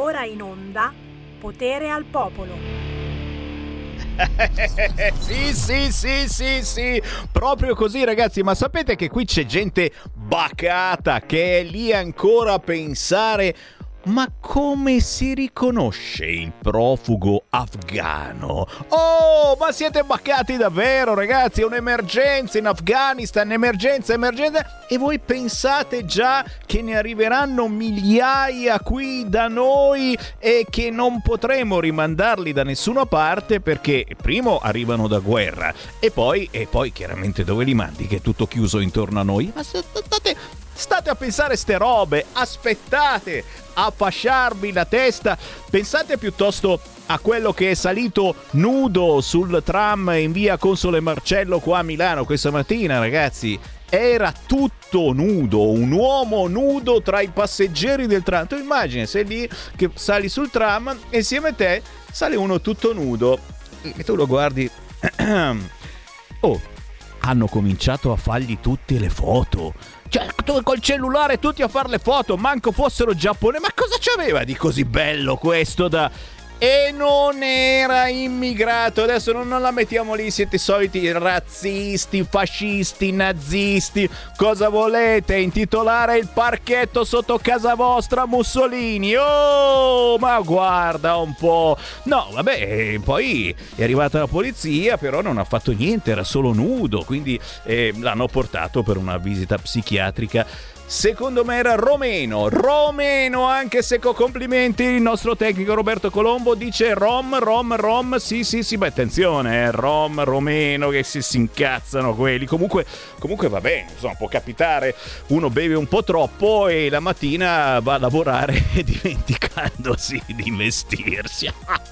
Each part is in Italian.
ora in onda Potere al Popolo. Sì, proprio così, ragazzi. Ma sapete che qui c'è gente bacata che è lì ancora a pensare: ma come si riconosce il profugo afghano? Oh, ma siete baccati davvero, ragazzi? È un'emergenza in Afghanistan, emergenza. E voi pensate già che ne arriveranno migliaia qui da noi e che non potremo rimandarli da nessuna parte perché primo arrivano da guerra e poi chiaramente dove li mandi? Che è tutto chiuso intorno a noi? Ma state a pensare ste robe, aspettate a fasciarvi la testa. Pensate piuttosto a quello che è salito nudo sul tram in via Console Marcello qua a Milano questa mattina, ragazzi. Era tutto nudo, un uomo nudo tra i passeggeri del tram. Tu immagini, sei lì che sali sul tram e insieme a te sale uno tutto nudo e tu lo guardi. Oh, hanno cominciato a fargli tutte le foto. Cioè, col cellulare tutti a fare le foto, manco fossero giapponesi. Ma cosa c'aveva di così bello questo da... E non era immigrato. Adesso non la mettiamo lì, siete soliti razzisti, fascisti, nazisti. Cosa volete? Intitolare il parchetto sotto casa vostra Mussolini? Oh, ma guarda un po'. No, vabbè, poi è arrivata la polizia, però non ha fatto niente, era solo nudo, quindi l'hanno portato per una visita psichiatrica. Secondo me era romeno, anche se complimenti, il nostro tecnico Roberto Colombo dice rom, sì, beh, attenzione, romeno, che si incazzano quelli, comunque va bene, insomma, può capitare, uno beve un po' troppo e la mattina va a lavorare dimenticandosi di vestirsi.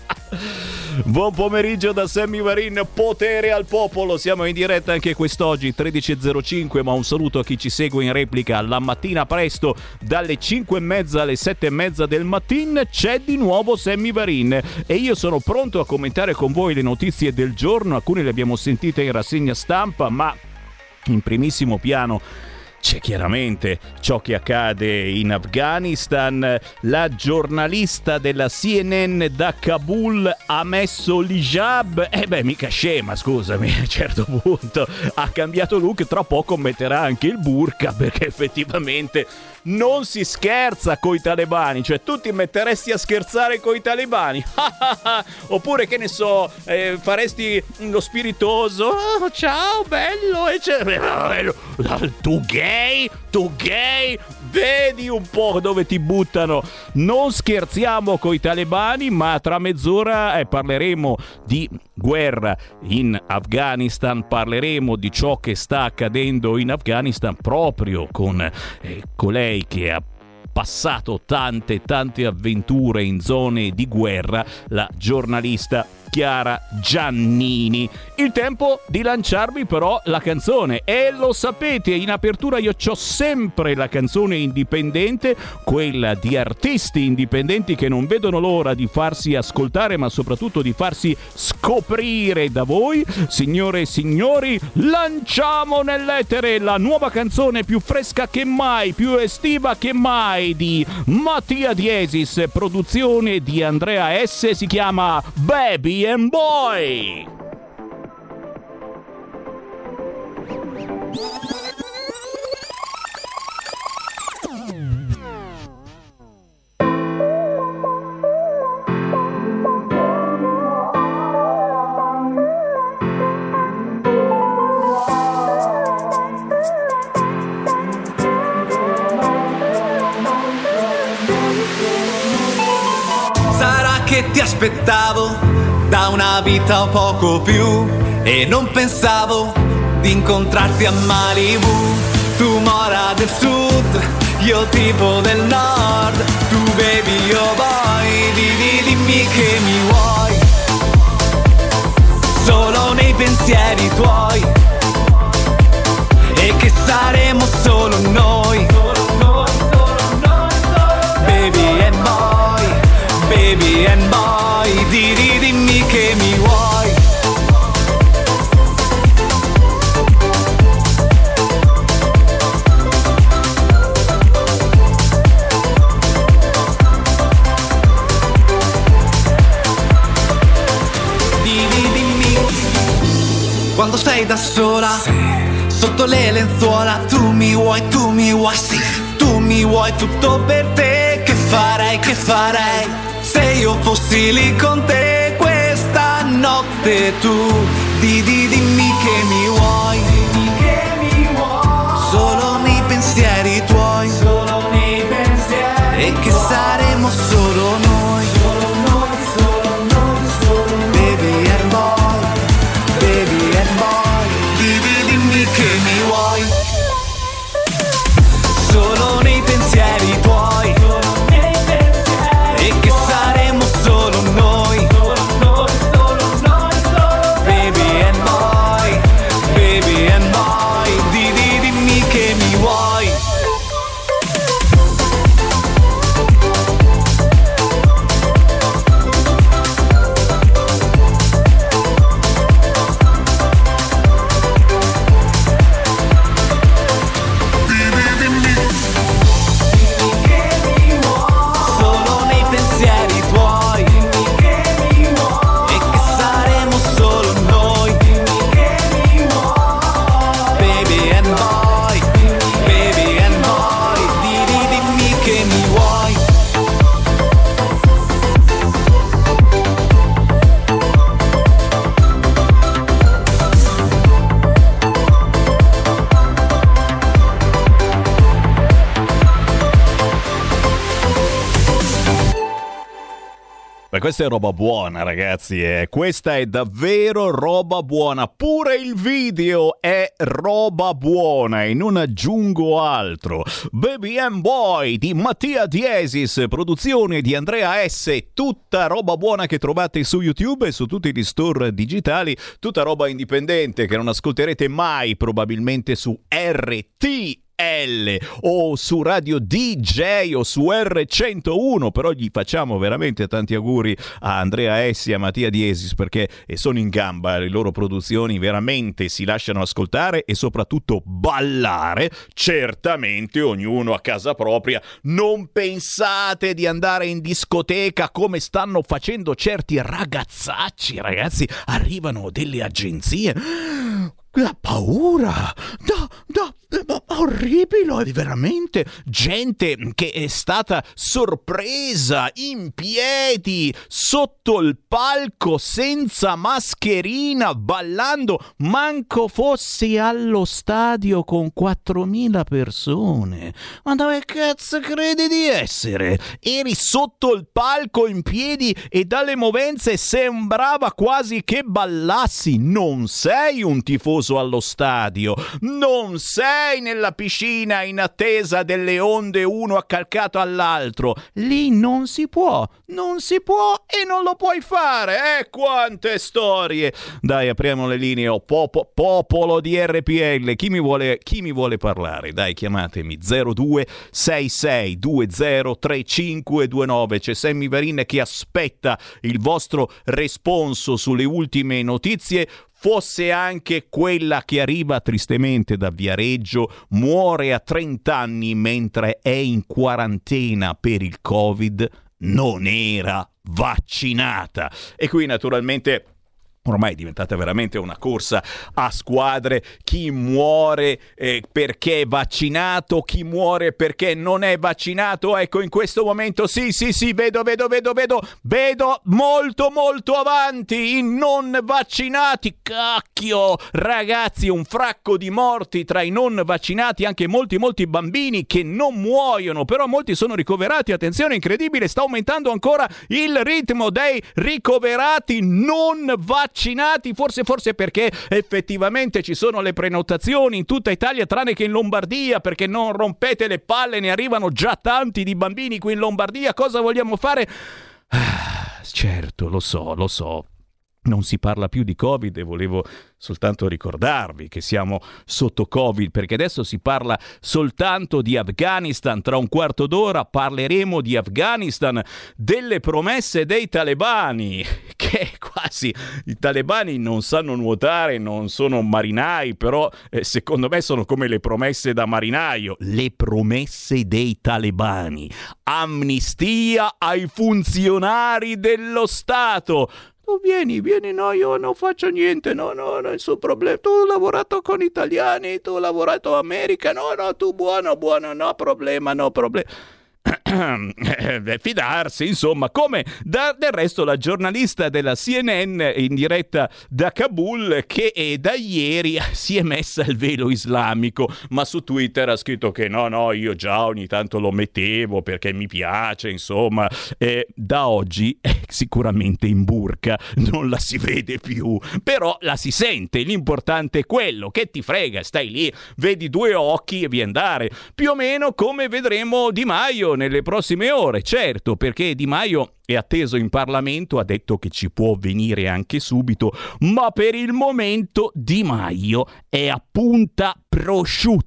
Buon pomeriggio da Sammy Varin, Potere al Popolo, siamo in diretta anche quest'oggi 13.05, ma un saluto a chi ci segue in replica la mattina presto dalle 5:30 alle 7:30 del mattino. C'è di nuovo Sammy Varin e io sono pronto a commentare con voi le notizie del giorno. Alcune le abbiamo sentite in rassegna stampa, ma in primissimo piano c'è chiaramente ciò che accade in Afghanistan. La giornalista della CNN da Kabul ha messo l'hijab. Mica scema, scusami, a un certo punto ha cambiato look, tra poco metterà anche il burqa, perché effettivamente non si scherza coi talebani. Cioè, tu ti metteresti a scherzare coi talebani? Oppure, che ne so, faresti lo spiritoso? Oh, ciao, bello, tu gay, vedi un po' dove ti buttano. Non scherziamo coi talebani, ma tra mezz'ora parleremo di guerra in Afghanistan, parleremo di ciò che sta accadendo in Afghanistan proprio con colei che ha passato tante avventure in zone di guerra, la giornalista Chiara Giannini. Il tempo di lanciarvi però la canzone, e lo sapete, in apertura io c'ho sempre la canzone indipendente, quella di artisti indipendenti che non vedono l'ora di farsi ascoltare, ma soprattutto di farsi scoprire da voi. Signore e signori, lanciamo nell'etere la nuova canzone più fresca che mai, più estiva che mai, di Mattia Diesis, produzione di Andrea S, si chiama Baby and Boy. Sarà che ti aspettavo da una vita o poco più e non pensavo di incontrarti a Malibu. Tu mora del sud, io tipo del nord. Tu baby, io boy, dimmi che mi vuoi. Solo nei pensieri tuoi, e che saremo solo noi. Baby and boy, dimmi che mi vuoi. quando sei da sola, sotto le lenzuola. Tu mi vuoi, sì, tu mi vuoi tutto per te. Che farei se io fossi lì con te questa notte? Tu dimmi che mi vuoi, solo nei pensieri tuoi, e che saremo solo noi. Baby and boy, dimmi che mi vuoi, solo nei pensieri tuoi, e che saremo solo noi. Baby and boy, dimmi che mi vuoi. Ma questa è roba buona, ragazzi, questa è davvero roba buona. Pure il video è roba buona e non aggiungo altro. Baby and Boy di Mattia Diesis, produzione di Andrea S. Tutta roba buona che trovate su YouTube e su tutti gli store digitali. Tutta roba indipendente che non ascolterete mai probabilmente su RT o su Radio DJ o su R101, però gli facciamo veramente tanti auguri a Andrea Essi e a Mattia Diesis, perché sono in gamba, le loro produzioni veramente si lasciano ascoltare e soprattutto ballare, certamente ognuno a casa propria. Non pensate di andare in discoteca come stanno facendo certi ragazzacci, ragazzi, arrivano delle agenzie. La paura, orribile, è veramente gente che è stata sorpresa in piedi sotto il palco senza mascherina, ballando, manco fossi allo stadio con 4.000 persone. Ma dove cazzo credi di essere? Eri sotto il palco in piedi e dalle movenze sembrava quasi che ballassi. Non sei un tifoso allo stadio, non sei nella piscina in attesa delle onde uno accalcato all'altro. Lì non si può e non lo puoi fare. Quante storie. Dai, apriamo le linee. Popolo di RPL, chi mi vuole parlare? Dai, chiamatemi 0266203529. C'è Sammy Varin che aspetta il vostro responso sulle ultime notizie. Fosse anche quella che arriva tristemente da Viareggio, muore a 30 anni mentre è in quarantena per il Covid, non era vaccinata. E qui naturalmente ormai è diventata veramente una corsa a squadre. Chi muore perché è vaccinato, chi muore perché non è vaccinato. Ecco, in questo momento sì, vedo molto avanti i non vaccinati. Cacchio, ragazzi, un fracco di morti tra i non vaccinati, anche molti bambini che non muoiono, però molti sono ricoverati. Attenzione, incredibile, sta aumentando ancora il ritmo dei ricoverati non vaccinati. Forse perché effettivamente ci sono le prenotazioni in tutta Italia tranne che in Lombardia, perché non rompete le palle, ne arrivano già tanti di bambini qui in Lombardia. Cosa vogliamo fare? Certo, lo so. Non si parla più di Covid e volevo soltanto ricordarvi che siamo sotto Covid, perché adesso si parla soltanto di Afghanistan. Tra un quarto d'ora parleremo di Afghanistan, delle promesse dei talebani, che quasi i talebani non sanno nuotare, non sono marinai, però secondo me sono come le promesse da marinaio. Le promesse dei talebani: amnistia ai funzionari dello Stato. Tu vieni, no, io non faccio niente, no, nessun problema. Tu hai lavorato con italiani, tu hai lavorato in America, no, tu buono, no problema. Fidarsi, insomma, come del resto la giornalista della CNN in diretta da Kabul, che da ieri si è messa il velo islamico, ma su Twitter ha scritto che no, io già ogni tanto lo mettevo perché mi piace, insomma, da oggi sicuramente in burka non la si vede più, però la si sente. L'importante è quello, che ti frega, stai lì, vedi due occhi e via andare, più o meno come vedremo Di Maio nelle prossime ore, certo, perché Di Maio è atteso in Parlamento, ha detto che ci può venire anche subito, ma per il momento Di Maio è a punta prosciutto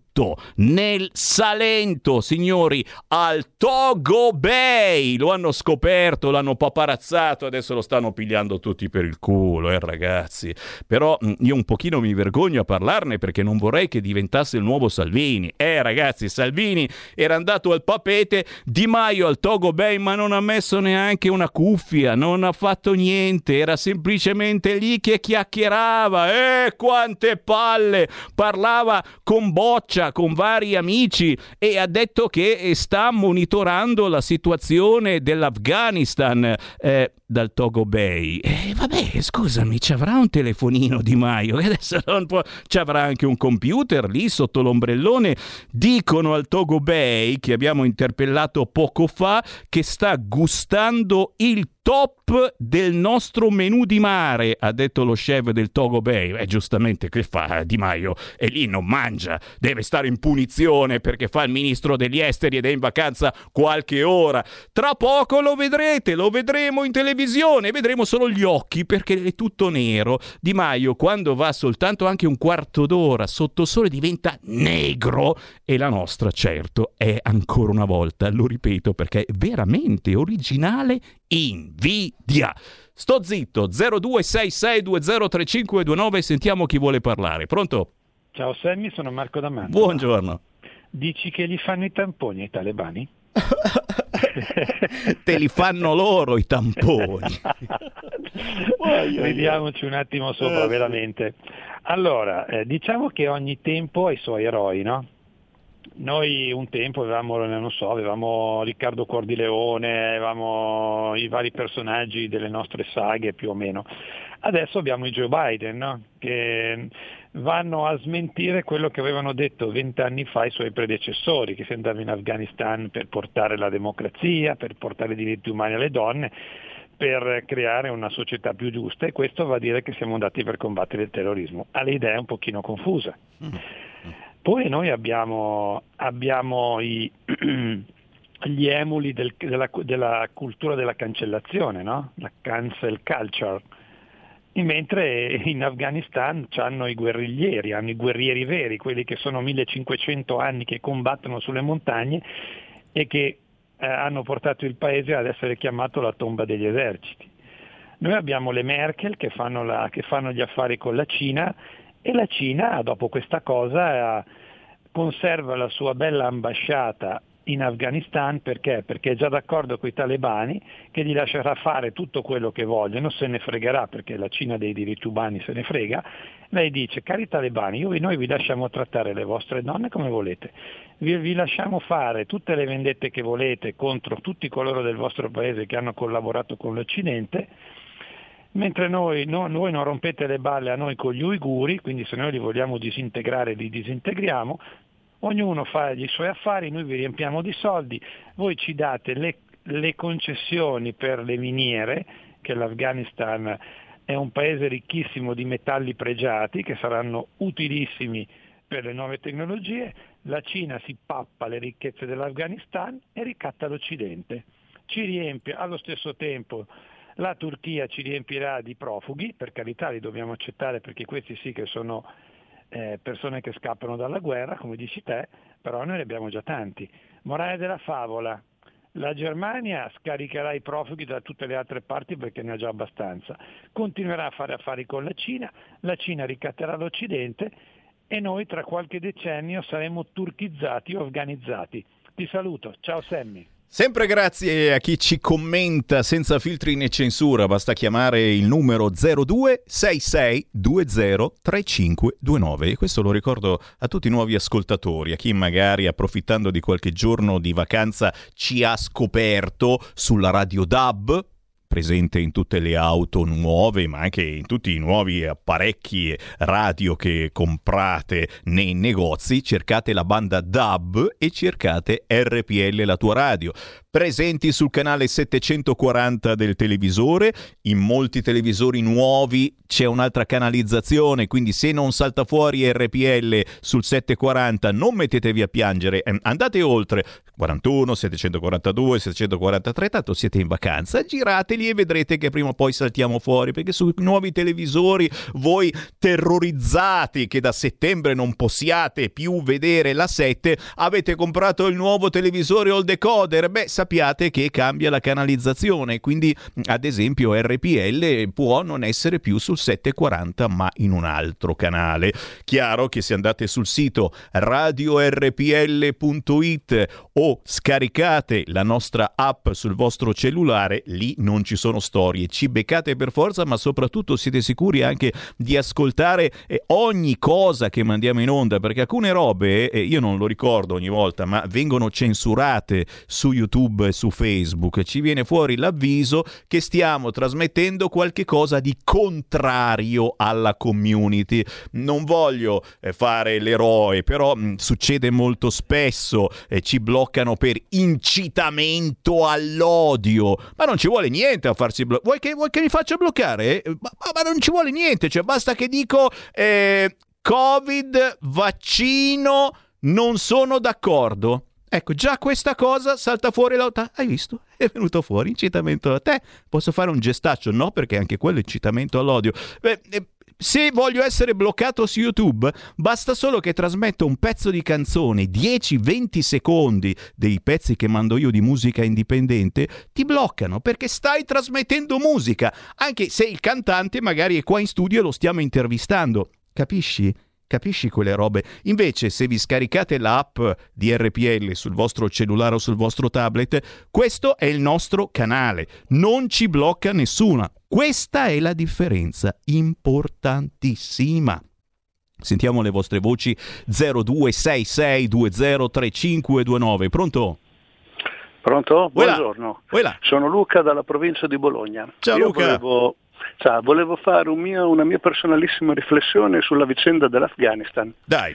nel Salento, signori, al Togo Bay. Lo hanno scoperto, l'hanno paparazzato, adesso lo stanno pigliando tutti per il culo, ragazzi. Però io un pochino mi vergogno a parlarne perché non vorrei che diventasse il nuovo Salvini. Ragazzi, Salvini era andato al Papete, Di Maio al Togo Bay, ma non ha messo neanche una cuffia, non ha fatto niente, era semplicemente lì che chiacchierava. Quante palle! Parlava con Boccia, con vari amici, e ha detto che sta monitorando la situazione dell'Afghanistan dal Togo Bay. Vabbè, scusami, ci avrà un telefonino Di Maio, che adesso non può, ci avrà anche un computer lì sotto l'ombrellone. Dicono al Togo Bay, che abbiamo interpellato poco fa, che sta gustando il top del nostro menù di mare, ha detto lo chef del Togo Bay. Giustamente, che fa Di Maio? E lì non mangia, deve stare in punizione perché fa il ministro degli esteri ed è in vacanza qualche ora. Tra poco lo vedrete, lo vedremo in televisione, vedremo solo gli occhi perché è tutto nero. Di Maio, quando va soltanto anche un quarto d'ora sotto sole, diventa negro, e la nostra, certo, è ancora una volta, lo ripeto perché è veramente originale, invidia. Sto zitto. 0266203529, sentiamo chi vuole parlare. Pronto? Ciao Sammy, sono Marco da Mantova. Buongiorno. Dici che gli fanno i tamponi ai talebani? Te li fanno loro i tamponi. Vediamoci un attimo sopra, veramente. Allora, diciamo che ogni tempo ha i suoi eroi, no? Noi un tempo avevamo Riccardo Cuor di Leone, avevamo i vari personaggi delle nostre saghe più o meno. Adesso abbiamo i Joe Biden, no? Che vanno a smentire quello che avevano detto 20 anni fa i suoi predecessori, che si andava in Afghanistan per portare la democrazia, per portare i diritti umani alle donne, per creare una società più giusta, e questo va a dire che siamo andati per combattere il terrorismo. Ha le idee un pochino confuse. Poi noi abbiamo gli emuli della cultura della cancellazione, no? La cancel culture. Mentre in Afghanistan hanno i guerriglieri, hanno i guerrieri veri, quelli che sono 1500 anni che combattono sulle montagne e che hanno portato il paese ad essere chiamato la tomba degli eserciti. Noi abbiamo le Merkel che fanno gli affari con la Cina, e la Cina, dopo questa cosa, conserva la sua bella ambasciata in Afghanistan. Perché? Perché è già d'accordo con i talebani, che gli lascerà fare tutto quello che vogliono, se ne fregherà, perché la Cina dei diritti umani se ne frega. Lei dice: cari talebani, noi vi lasciamo trattare le vostre donne come volete, vi lasciamo fare tutte le vendette che volete contro tutti coloro del vostro paese che hanno collaborato con l'Occidente, mentre noi non rompete le balle a noi con gli uiguri, quindi se noi li vogliamo disintegrare li disintegriamo, ognuno fa i suoi affari, noi vi riempiamo di soldi, voi ci date le concessioni per le miniere, che l'Afghanistan è un paese ricchissimo di metalli pregiati che saranno utilissimi per le nuove tecnologie. La Cina si pappa le ricchezze dell'Afghanistan e ricatta l'Occidente. Ci riempie allo stesso tempo. La Turchia ci riempirà di profughi, per carità li dobbiamo accettare perché questi sì che sono persone che scappano dalla guerra, come dici te, però noi ne abbiamo già tanti. Morale della favola: la Germania scaricherà i profughi da tutte le altre parti perché ne ha già abbastanza, continuerà a fare affari con la Cina ricatterà l'Occidente e noi tra qualche decennio saremo turchizzati o afganizzati. Ti saluto, ciao Sammy. Sempre grazie a chi ci commenta senza filtri né censura, basta chiamare il numero 0266203529 e questo lo ricordo a tutti i nuovi ascoltatori, a chi magari approfittando di qualche giorno di vacanza ci ha scoperto sulla radio DAB, presente in tutte le auto nuove, ma anche in tutti i nuovi apparecchi radio che comprate nei negozi. Cercate la banda DAB e cercate RPL la tua radio. Presenti sul canale 740 del televisore, in molti televisori nuovi c'è un'altra canalizzazione, quindi se non salta fuori RPL sul 740 non mettetevi a piangere, andate oltre 41, 742, 743, tanto siete in vacanza, girateli e vedrete che prima o poi saltiamo fuori, perché sui nuovi televisori voi terrorizzati che da settembre non possiate più vedere la 7, avete comprato il nuovo televisore o il decoder, sappiate che cambia la canalizzazione, quindi ad esempio RPL può non essere più sul 740 ma in un altro canale. Chiaro che se andate sul sito radiorpl.it o scaricate la nostra app sul vostro cellulare, lì non ci sono storie, ci beccate per forza, ma soprattutto siete sicuri anche di ascoltare ogni cosa che mandiamo in onda, perché alcune robe, io non lo ricordo ogni volta, ma vengono censurate su YouTube e su Facebook, ci viene fuori l'avviso che stiamo trasmettendo qualche cosa di contrario alla community. Non voglio fare l'eroe, però succede molto spesso, ci bloccano per incitamento all'odio, ma non ci vuole niente a farsi bloccare. Vuoi che mi faccia bloccare? Ma non ci vuole niente, cioè basta che dico Covid, vaccino, non sono d'accordo. Ecco, già questa cosa salta fuori hai visto? È venuto fuori incitamento a te. Posso fare un gestaccio? No, perché anche quello è incitamento all'odio. Se voglio essere bloccato su YouTube, basta solo che trasmetto un pezzo di canzone, 10-20 secondi dei pezzi che mando io di musica indipendente, ti bloccano perché stai trasmettendo musica, anche se il cantante magari è qua in studio e lo stiamo intervistando. Capisci? Capisci quelle robe? Invece se vi scaricate l'app di RPL sul vostro cellulare o sul vostro tablet, questo è il nostro canale, non ci blocca nessuna. Questa è la differenza importantissima. Sentiamo le vostre voci. 0266203529. Pronto? Pronto? Buongiorno. Voilà. Sono Luca dalla provincia di Bologna. Ciao Luca. Volevo fare una mia personalissima riflessione sulla vicenda dell'Afghanistan. Dai.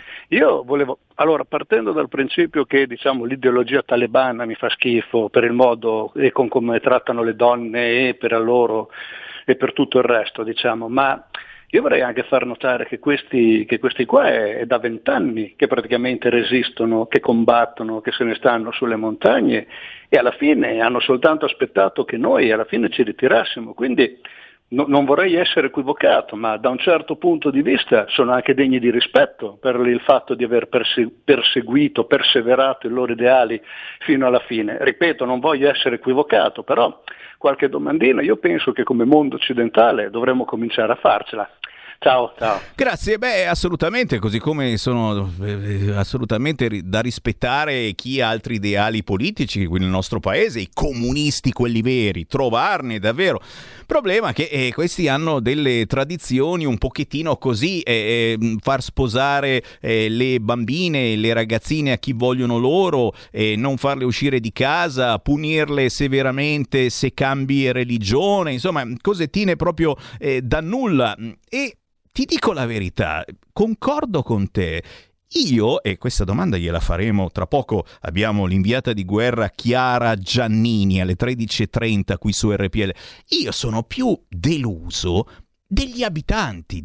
Partendo dal principio che l'ideologia talebana mi fa schifo per il modo e con come trattano le donne e per loro e per tutto il resto, ma io vorrei anche far notare che questi qua è da 20 anni che praticamente resistono, che combattono, che se ne stanno sulle montagne e alla fine hanno soltanto aspettato che noi alla fine ci ritirassimo, quindi non vorrei essere equivocato, ma da un certo punto di vista sono anche degni di rispetto per il fatto di aver perseverato i loro ideali fino alla fine. Ripeto, non voglio essere equivocato, però qualche domandina io penso che come mondo occidentale dovremmo cominciare a farcela. Ciao. Grazie, assolutamente, così come sono assolutamente da rispettare chi ha altri ideali politici qui nel nostro paese, i comunisti, quelli veri, trovarne davvero. Problema che questi hanno delle tradizioni un pochettino così, far sposare le bambine, le ragazzine a chi vogliono loro, non farle uscire di casa, punirle severamente se cambi religione, insomma, cosettine proprio da nulla. E ti dico la verità, concordo con te. Io, e questa domanda gliela faremo tra poco, abbiamo l'inviata di guerra Chiara Giannini alle 13.30 qui su RPL. Io sono più deluso dagli abitanti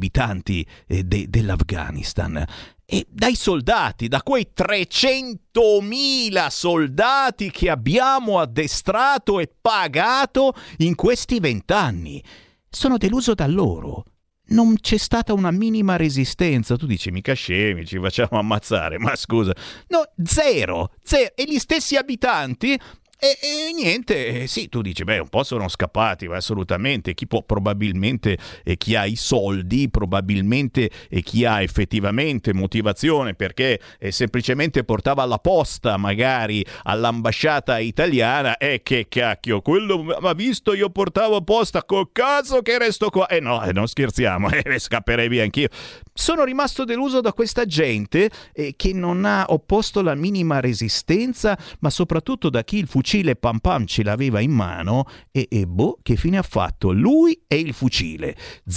dell'Afghanistan e dai soldati, da quei 300.000 soldati che abbiamo addestrato e pagato in questi 20 anni. Sono deluso da loro. Non c'è stata una minima resistenza. Tu dici, mica scemi, ci facciamo ammazzare. Ma scusa. No, zero. E gli stessi abitanti E niente, sì, tu dici, un po' sono scappati, ma assolutamente, probabilmente chi ha i soldi, probabilmente chi ha effettivamente motivazione, perché semplicemente portava la posta magari all'ambasciata italiana, che cacchio, quello ma visto io portavo posta, col caso che resto qua, no, non scherziamo, scapperei via anch'io. Sono rimasto deluso da questa gente che non ha opposto la minima resistenza, ma soprattutto da chi il fucile pam pam ce l'aveva in mano e che fine ha fatto lui e il fucile.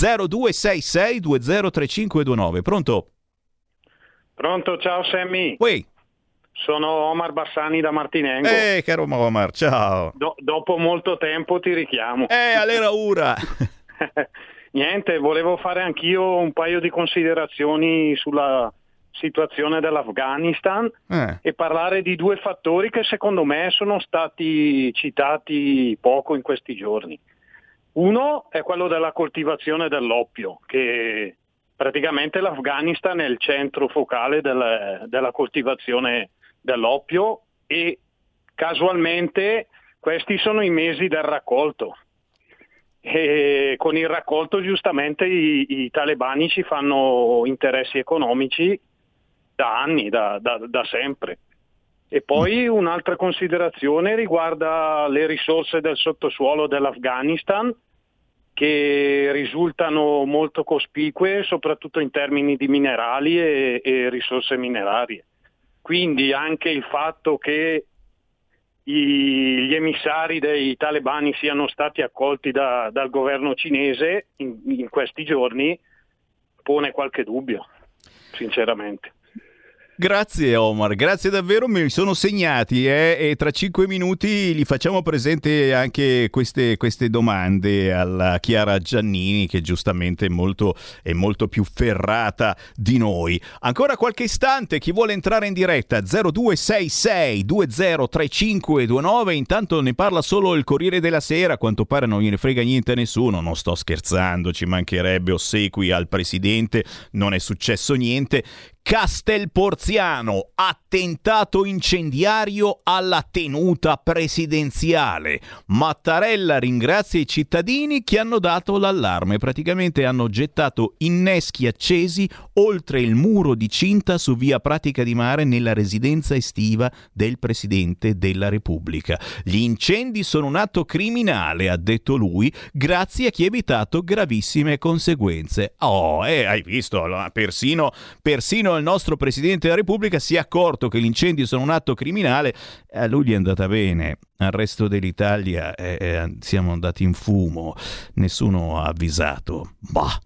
0266203529. Pronto? Pronto, ciao Sammy. Uè. Sono Omar Bassani da Martinengo. Caro Omar, ciao. Dopo molto tempo ti richiamo. Allora ora. Niente, volevo fare anch'io un paio di considerazioni sulla situazione dell'Afghanistan e parlare di due fattori che secondo me sono stati citati poco in questi giorni. Uno è quello della coltivazione dell'oppio, che praticamente l'Afghanistan è il centro focale della coltivazione dell'oppio e casualmente questi sono i mesi del raccolto. E con il raccolto giustamente i talebani ci fanno interessi economici da anni, da sempre. E poi un'altra considerazione riguarda le risorse del sottosuolo dell'Afghanistan, che risultano molto cospicue soprattutto in termini di minerali e risorse minerarie. Quindi anche il fatto che gli emissari dei talebani siano stati accolti dal governo cinese in questi giorni pone qualche dubbio, sinceramente. Grazie Omar, grazie davvero, me li sono segnati e tra 5 minuti gli facciamo presente anche queste domande alla Chiara Giannini, che giustamente è molto più ferrata di noi. Ancora qualche istante, chi vuole entrare in diretta 0266203529, intanto ne parla solo il Corriere della Sera, a quanto pare non gliene frega niente a nessuno, non sto scherzando, ci mancherebbe, ossequi al presidente, non è successo niente. Castelporziano, attentato incendiario alla tenuta presidenziale. Mattarella ringrazia i cittadini che hanno dato l'allarme, praticamente hanno gettato inneschi accesi oltre il muro di cinta su via Pratica di Mare nella residenza estiva del Presidente della Repubblica. Gli incendi sono un atto criminale, ha detto lui, grazie a chi ha evitato gravissime conseguenze. Hai visto, persino il nostro Presidente della Repubblica si è accorto che gli incendi sono un atto criminale, a lui gli è andata bene, al resto dell'Italia siamo andati in fumo, nessuno ha avvisato.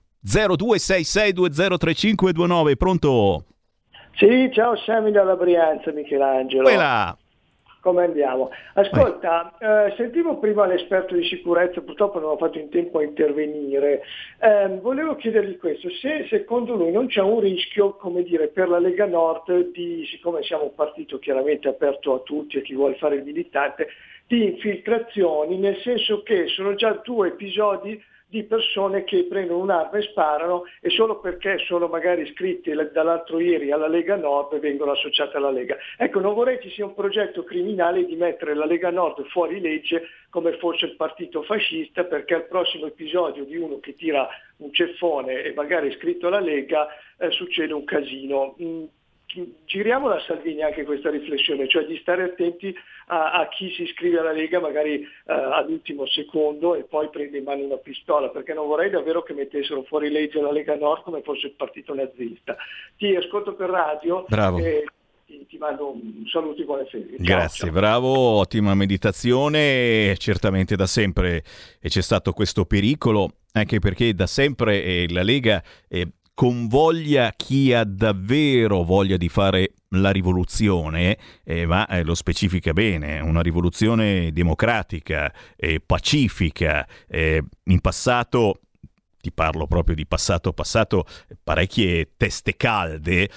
0266203529, pronto? Sì, ciao Sammy dalla Brianza, Michelangelo. Quella. Come andiamo? Ascolta, sentivo prima l'esperto di sicurezza, purtroppo non ho fatto in tempo a intervenire. Volevo chiedergli questo, se secondo lui non c'è un rischio, come dire, per la Lega Nord, siccome siamo un partito chiaramente aperto a tutti, a chi vuole fare il militante, di infiltrazioni, nel senso che sono già 2 episodi di persone che prendono un'arma e sparano e solo perché sono magari iscritti dall'altro ieri alla Lega Nord vengono associati alla Lega. Ecco, non vorrei ci sia un progetto criminale di mettere la Lega Nord fuori legge come fosse il partito fascista, perché al prossimo episodio di uno che tira un ceffone e magari è iscritto alla Lega succede un casino. Giriamo da Salvini anche questa riflessione, cioè di stare attenti a chi si iscrive alla Lega magari all'ultimo secondo e poi prende in mano una pistola, perché non vorrei davvero che mettessero fuori legge la Lega Nord come fosse il partito nazista. Ti ascolto per radio. Bravo. E ti mando un saluto e buone ferie. Grazie, ciao. Bravo, ottima meditazione, certamente da sempre c'è stato questo pericolo, anche perché da sempre la Lega convoglia chi ha davvero voglia di fare la rivoluzione, ma lo specifica bene, una rivoluzione democratica, pacifica. In passato, ti parlo proprio di passato, parecchie teste calde,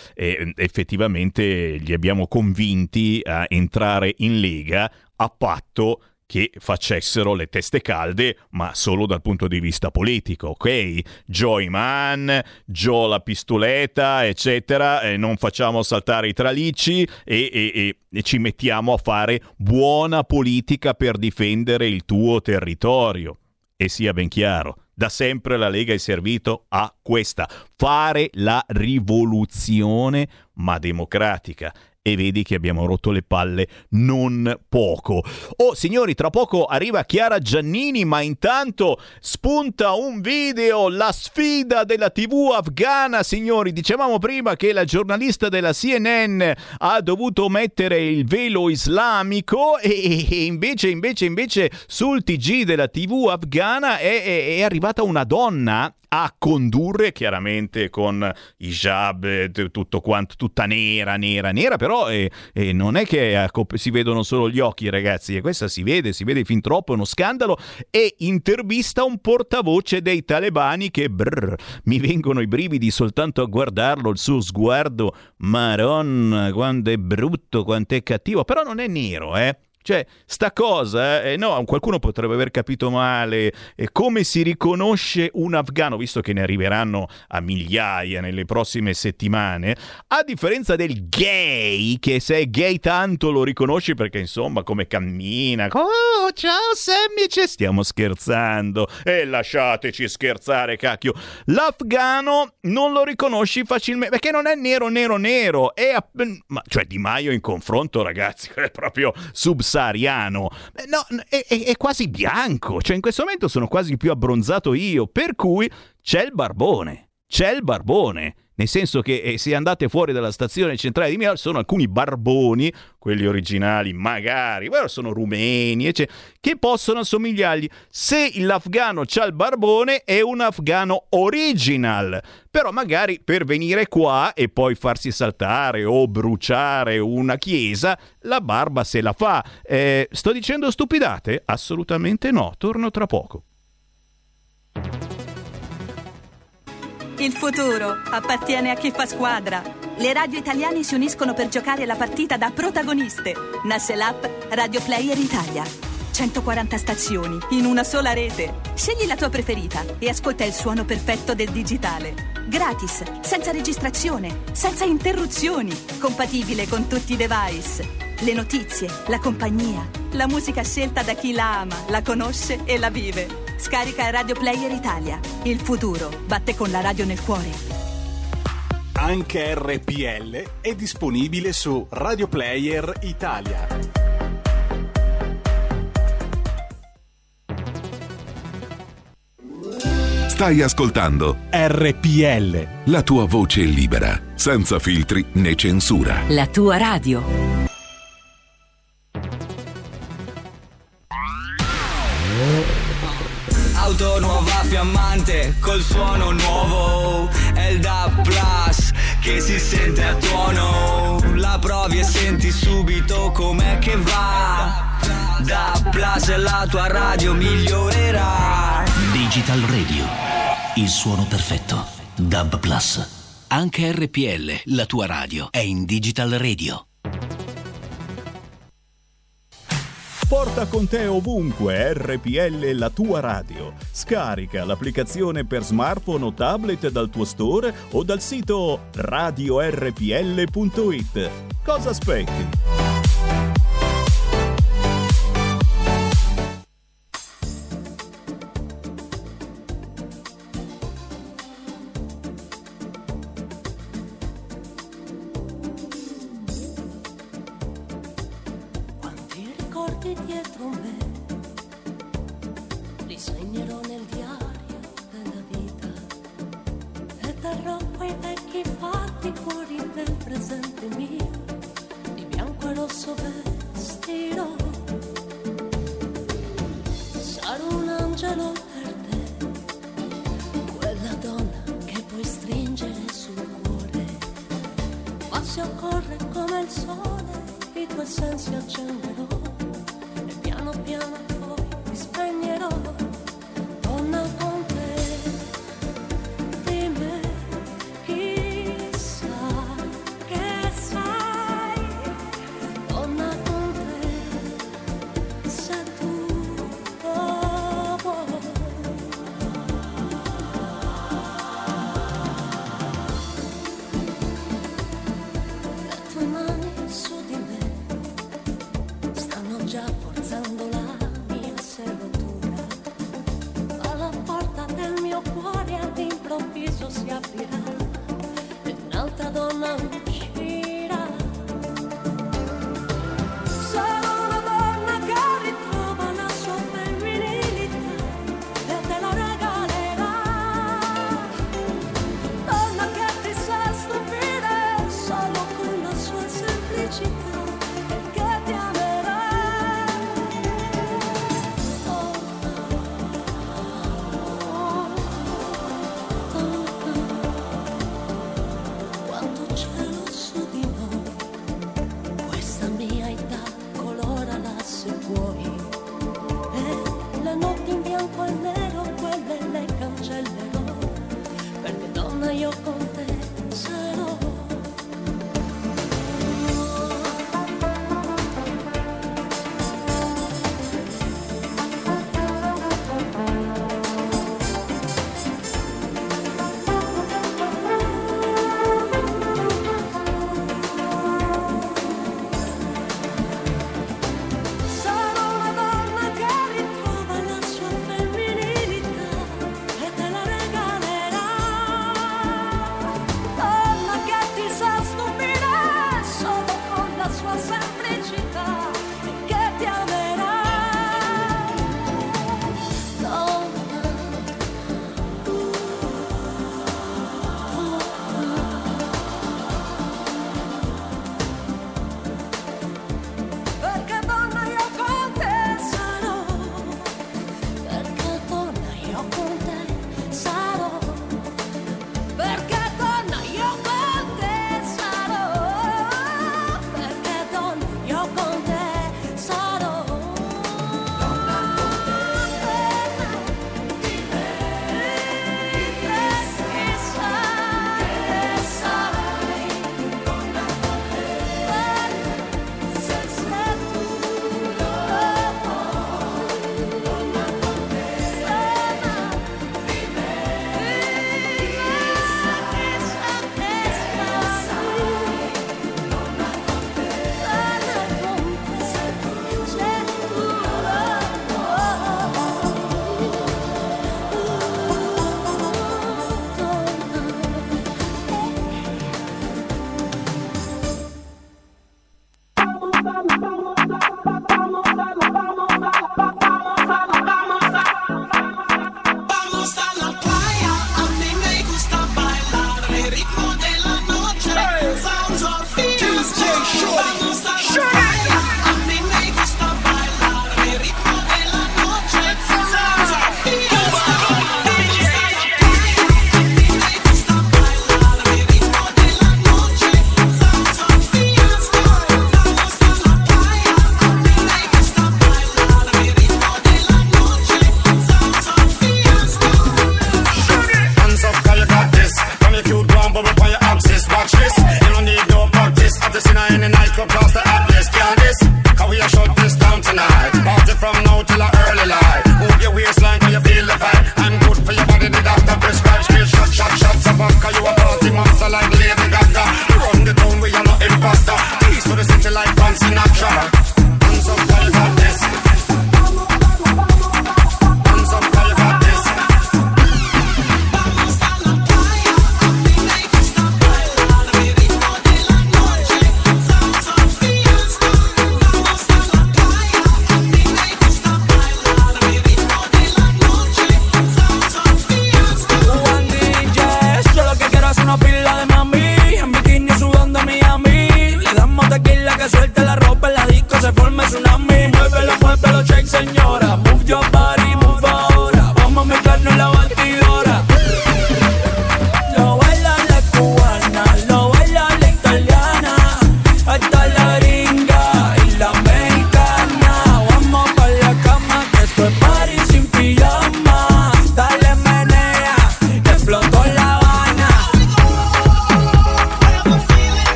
effettivamente li abbiamo convinti a entrare in Lega a patto che facessero le teste calde, ma solo dal punto di vista politico, ok? Joe Mann, Joe la pistoletta, eccetera, non facciamo saltare i tralicci e ci mettiamo a fare buona politica per difendere il tuo territorio. E sia ben chiaro, da sempre la Lega è servito a questa, fare la rivoluzione ma democratica. E vedi che abbiamo rotto le palle non poco. Oh, signori, tra poco arriva Chiara Giannini, ma intanto spunta un video, la sfida della TV afghana, signori. Dicevamo prima che la giornalista della CNN ha dovuto mettere il velo islamico e invece sul TG della TV afghana è arrivata una donna a condurre, chiaramente con hijab, tutto quanto, tutta nera, però non è che si vedono solo gli occhi, ragazzi, e questa si vede fin troppo, è uno scandalo, e intervista un portavoce dei talebani che mi vengono i brividi soltanto a guardarlo, il suo sguardo, Madonna, quanto è brutto, quanto è cattivo, però non è nero, Cioè, sta cosa, no, qualcuno potrebbe aver capito male, come si riconosce un afghano, visto che ne arriveranno a migliaia nelle prossime settimane, a differenza del gay, che se è gay tanto lo riconosci perché insomma come cammina, oh ciao Sammy, stiamo scherzando, e lasciateci scherzare, cacchio, l'afghano non lo riconosci facilmente, perché non è nero, ma cioè Di Maio in confronto, ragazzi, è proprio subsahariano, no, è quasi bianco, cioè in questo momento sono quasi più abbronzato io, per cui c'è il barbone, nel senso che se andate fuori dalla stazione centrale di Milano sono alcuni barboni, quelli originali magari, sono rumeni, eccetera, che possono assomigliargli. Se l'afghano c'ha il barbone è un afghano original, però magari per venire qua e poi farsi saltare o bruciare una chiesa, la barba se la fa. Sto dicendo stupidate? Assolutamente no, torno tra poco. Il futuro appartiene a chi fa squadra. Le radio italiane si uniscono per giocare la partita da protagoniste. Nasce l'app Radio Player Italia. 140 stazioni in una sola rete. Scegli la tua preferita e ascolta il suono perfetto del digitale. Gratis, senza registrazione, senza interruzioni. Compatibile con tutti i device. Le notizie, la compagnia, la musica scelta da chi la ama, la conosce e la vive. Scarica Radio Player Italia. Il futuro batte con la radio nel cuore. Anche RPL è disponibile su Radio Player Italia. Stai ascoltando RPL, la tua voce libera, senza filtri né censura. La tua radio. Auto nuova fiammante col suono nuovo, è il DAB Plus che si sente a tuono, la provi e senti subito com'è che va. DAB Plus è la tua radio migliorerà. Digital Radio, il suono perfetto. DAB Plus. Anche RPL, la tua radio, è in Digital Radio. Porta con te ovunque RPL, la tua radio. Scarica l'applicazione per smartphone o tablet dal tuo store o dal sito radiorpl.it. Cosa aspetti? Dietro me li segnerò nel diario della vita e terrò quei vecchi fatti fuori del presente mio, di bianco e rosso vestirò, sarò un angelo per te, quella donna che puoi stringere sul cuore, ma se occorre come il sole i tuoi sensi accenderò. Piano piano poi mi spegnerò, donna con te, di me chissà che sai, donna con te, se tu già forzando la mia serratura, ma la porta del mio cuore all'improvviso si aprirà e un'altra donna uscirà. Sarà una donna che ritrova la sua femminilità e te la regalerà, donna che ti sa stupire solo con la sua semplicità. Quanto cielo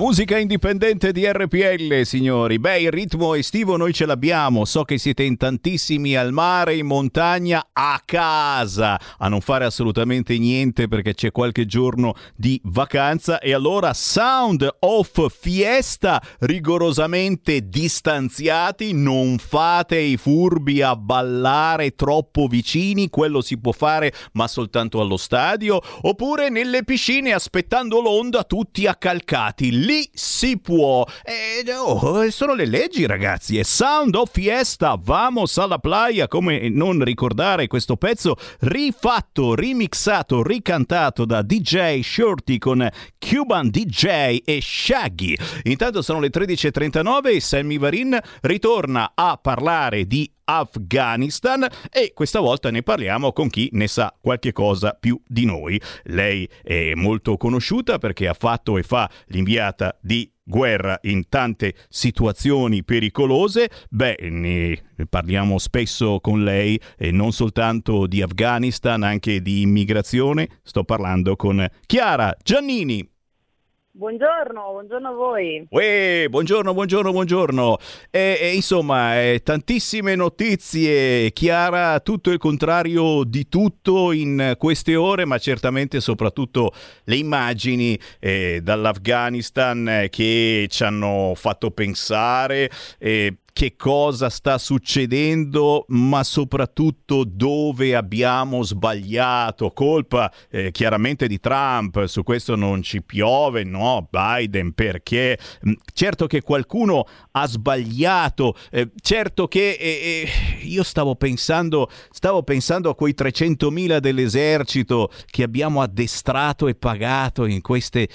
musica indipendente di RPL, signori. Beh, il ritmo estivo noi ce l'abbiamo. So che siete in tantissimi al mare, in montagna, a casa, a non fare assolutamente niente perché c'è qualche giorno di vacanza. E allora Sound of Fiesta, rigorosamente distanziati, non fate i furbi a ballare troppo vicini, quello si può fare ma soltanto allo stadio, oppure nelle piscine aspettando l'onda tutti accalcati. Lì si può. Sono le leggi, ragazzi. È Sound of Fiesta, vamos alla playa. Come non ricordare questo pezzo rifatto, remixato, ricantato da DJ Shorty con Cuban DJ e Shaggy. Intanto sono le 13:39 e Sammy Varin ritorna a parlare di Afghanistan e questa volta ne parliamo con chi ne sa qualche cosa più di noi. Lei è molto conosciuta perché ha fatto e fa l'inviata di guerra in tante situazioni pericolose. Beh, ne parliamo spesso con lei e non soltanto di Afghanistan, anche di immigrazione. Sto parlando con Chiara Giannini. Buongiorno a voi. Buongiorno. Insomma, tantissime notizie, Chiara, tutto il contrario di tutto in queste ore, ma certamente soprattutto le immagini dall'Afghanistan che ci hanno fatto pensare che cosa sta succedendo, ma soprattutto dove abbiamo sbagliato. Colpa chiaramente di Trump, su questo non ci piove, no, Biden, perché certo che qualcuno ha sbagliato, certo che io stavo pensando a quei 300.000 dell'esercito che abbiamo addestrato e pagato in questi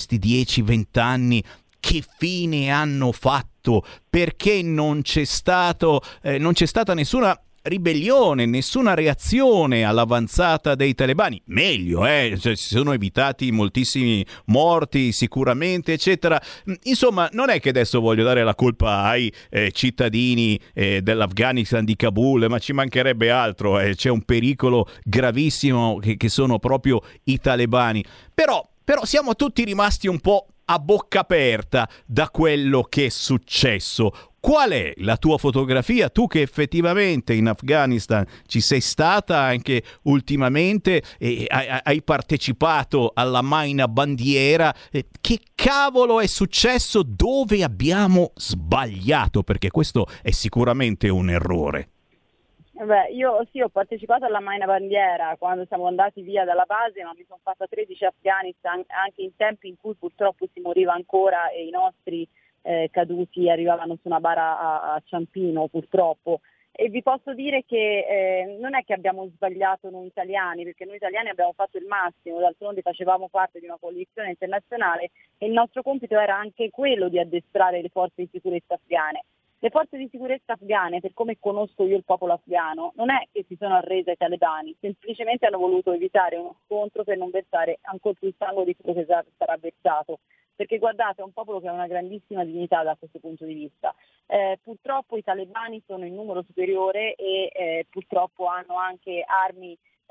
10-20 anni. Che fine hanno fatto? Perché non c'è stata nessuna ribellione, nessuna reazione all'avanzata dei talebani? Meglio, si sono evitati moltissimi morti sicuramente, eccetera. Insomma, non è che adesso voglio dare la colpa ai cittadini dell'Afghanistan, di Kabul, ma ci mancherebbe altro, c'è un pericolo gravissimo che sono proprio i talebani. Però siamo tutti rimasti un po' a bocca aperta da quello che è successo. Qual è la tua fotografia? Tu che effettivamente in Afghanistan ci sei stata anche ultimamente e hai partecipato alla Maina Bandiera. Che cavolo è successo? Dove abbiamo sbagliato? Perché questo è sicuramente un errore. Beh, io sì, ho partecipato alla Maina Bandiera quando siamo andati via dalla base, ma mi sono fatta 13 Afghanistan anche in tempi in cui purtroppo si moriva ancora e i nostri caduti arrivavano su una bara a Ciampino, purtroppo. E vi posso dire che non è che abbiamo sbagliato noi italiani, perché noi italiani abbiamo fatto il massimo, d'altronde facevamo parte di una coalizione internazionale e il nostro compito era anche quello di addestrare le forze di sicurezza afghane. Le forze di sicurezza afghane, per come conosco io il popolo afghano, non è che si sono arrese ai talebani, semplicemente hanno voluto evitare uno scontro per non versare ancora più sangue di quello che sarà versato. Perché guardate, è un popolo che ha una grandissima dignità da questo punto di vista. Purtroppo i talebani sono in numero superiore e purtroppo hanno anche armi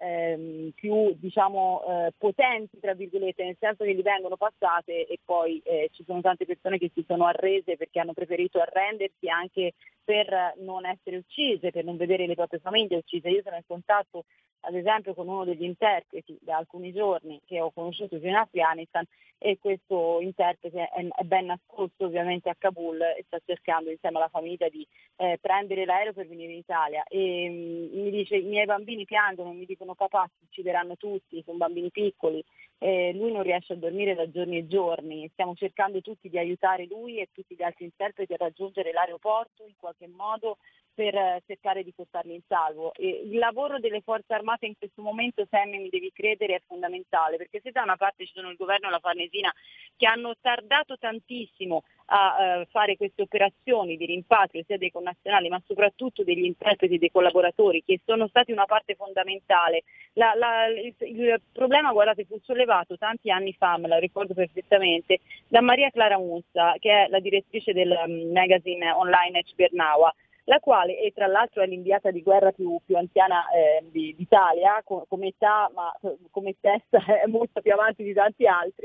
più potenti, tra virgolette, nel senso che gli vengono passate e poi ci sono tante persone che si sono arrese perché hanno preferito arrendersi anche per non essere uccise, per non vedere le proprie famiglie uccise. Io sono in contatto ad esempio con uno degli interpreti da alcuni giorni che ho conosciuto in Afghanistan e questo interprete è ben nascosto ovviamente a Kabul e sta cercando insieme alla famiglia di prendere l'aereo per venire in Italia e mi dice: i miei bambini piangono, mi dicono papà si uccideranno tutti, sono bambini piccoli, lui non riesce a dormire da giorni e giorni, stiamo cercando tutti di aiutare lui e tutti gli altri interpreti a raggiungere l'aeroporto in qualche modo per cercare di portarli in salvo. E il lavoro delle forze armate in questo momento, Sammy, mi devi credere, è fondamentale, perché se da una parte ci sono il governo e la Farnesina che hanno tardato tantissimo a fare queste operazioni di rimpatrio sia dei connazionali ma soprattutto degli interpreti e dei collaboratori che sono stati una parte fondamentale. Il problema, guardate, fu sollevato tanti anni fa, me la ricordo perfettamente, da Maria Clara Mussa, che è la direttrice del magazine online Ecbernawa, la quale è tra l'altro è l'inviata di guerra più anziana d'Italia, come età, ma come testa è molto più avanti di tanti altri,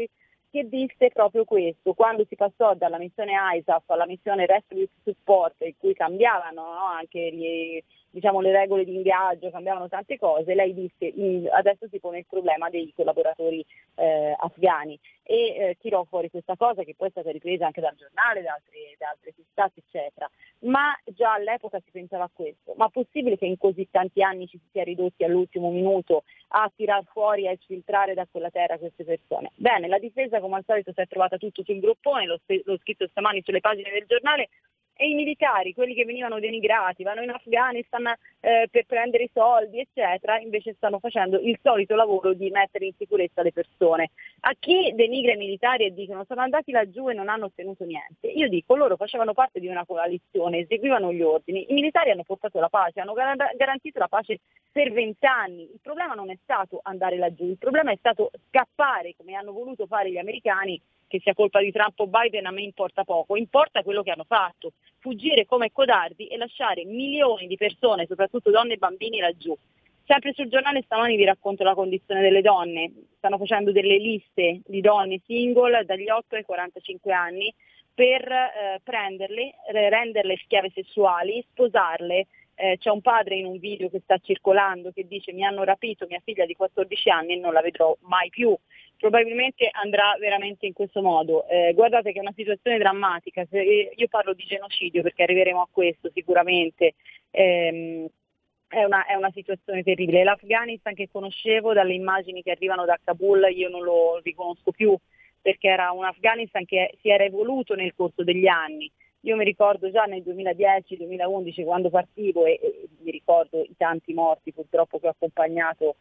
che disse proprio questo, quando si passò dalla missione ISAF alla missione Rescue Support, in cui cambiavano, no, anche le regole di ingaggio, cambiavano tante cose. Lei disse adesso si pone il problema dei collaboratori afghani e tirò fuori questa cosa, che poi è stata ripresa anche dal giornale, da altre testate eccetera, ma già all'epoca si pensava a questo. Ma possibile che in così tanti anni ci si sia ridotti all'ultimo minuto a tirar fuori, a esfiltrare da quella terra queste persone? Bene, la difesa come al solito si è trovata tutto sul groppone, l'ho scritto stamani sulle pagine del giornale, e i militari, quelli che venivano denigrati, vanno in Afghanistan per prendere i soldi eccetera, invece stanno facendo il solito lavoro di mettere in sicurezza le persone. A chi denigra i militari e dicono sono andati laggiù e non hanno ottenuto niente, io dico loro facevano parte di una coalizione, eseguivano gli ordini, i militari hanno portato la pace, hanno garantito la pace per 20 anni, il problema non è stato andare laggiù, il problema è stato scappare come hanno voluto fare gli americani. Che sia colpa di Trump o Biden a me importa poco, importa quello che hanno fatto, fuggire come codardi e lasciare milioni di persone, soprattutto donne e bambini, laggiù. Sempre sul giornale stamani vi racconto la condizione delle donne, stanno facendo delle liste di donne single dagli 8 ai 45 anni per prenderle, renderle schiave sessuali, sposarle. C'è un padre in un video che sta circolando che dice mi hanno rapito mia figlia di 14 anni e non la vedrò mai più. Probabilmente andrà veramente in questo modo. Guardate che è una situazione drammatica, io parlo di genocidio perché arriveremo a questo sicuramente, è una situazione terribile. L'Afghanistan che conoscevo dalle immagini che arrivano da Kabul io non lo riconosco più, perché era un Afghanistan che si era evoluto nel corso degli anni. Io mi ricordo già nel 2010-2011 quando partivo e mi ricordo i tanti morti purtroppo che ho accompagnato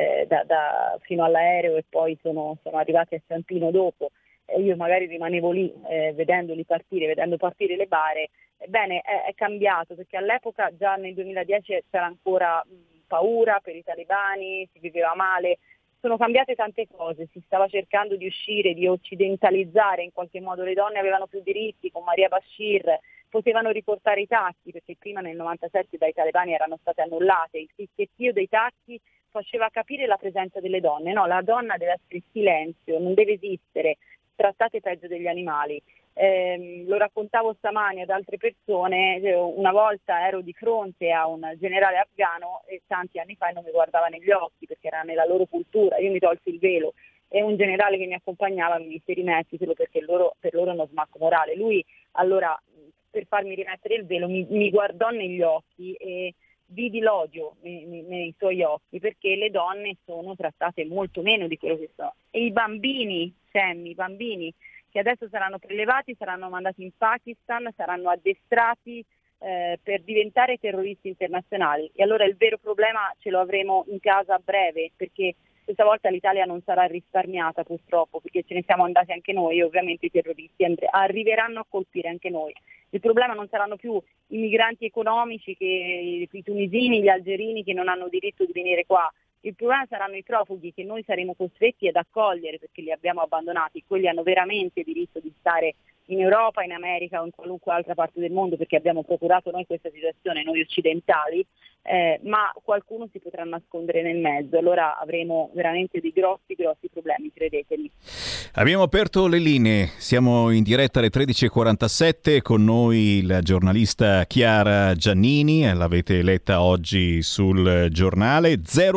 fino all'aereo e poi sono arrivati a Ciampino dopo. Io magari rimanevo lì vedendo partire le bare. Ebbene, è cambiato perché all'epoca già nel 2010 c'era ancora paura per i talebani, si viveva male. Sono cambiate tante cose, si stava cercando di uscire, di occidentalizzare in qualche modo, le donne avevano più diritti, con Maria Bashir potevano riportare i tacchi, perché prima nel 97 dai talebani erano state annullate, il ticchettio dei tacchi faceva capire la presenza delle donne, no, la donna deve essere in silenzio, non deve esistere, trattate peggio degli animali. Lo raccontavo stamani ad altre persone, una volta ero di fronte a un generale afghano e tanti anni fa non mi guardava negli occhi perché era nella loro cultura, io mi tolsi il velo e un generale che mi accompagnava mi disse rimettitelo perché per loro è uno smacco morale. Lui allora per farmi rimettere il velo mi guardò negli occhi e vidi l'odio nei suoi occhi perché le donne sono trattate molto meno di quello che sono. E i bambini, Sammy, i bambini che adesso saranno prelevati, saranno mandati in Pakistan, saranno addestrati per diventare terroristi internazionali. E allora il vero problema ce lo avremo in casa a breve, perché questa volta l'Italia non sarà risparmiata purtroppo, perché ce ne siamo andati anche noi e ovviamente i terroristi arriveranno a colpire anche noi. Il problema non saranno più i migranti economici, i tunisini, gli algerini che non hanno diritto di venire qua. Il problema saranno i profughi che noi saremo costretti ad accogliere perché li abbiamo abbandonati, quelli hanno veramente diritto di stare in Europa, in America o in qualunque altra parte del mondo perché abbiamo procurato noi questa situazione, noi occidentali, ma qualcuno si potrà nascondere nel mezzo, allora avremo veramente dei grossi problemi, credetemi. Abbiamo aperto le linee, siamo in diretta alle 13.47, con noi il giornalista Chiara Giannini, l'avete letta oggi sul giornale,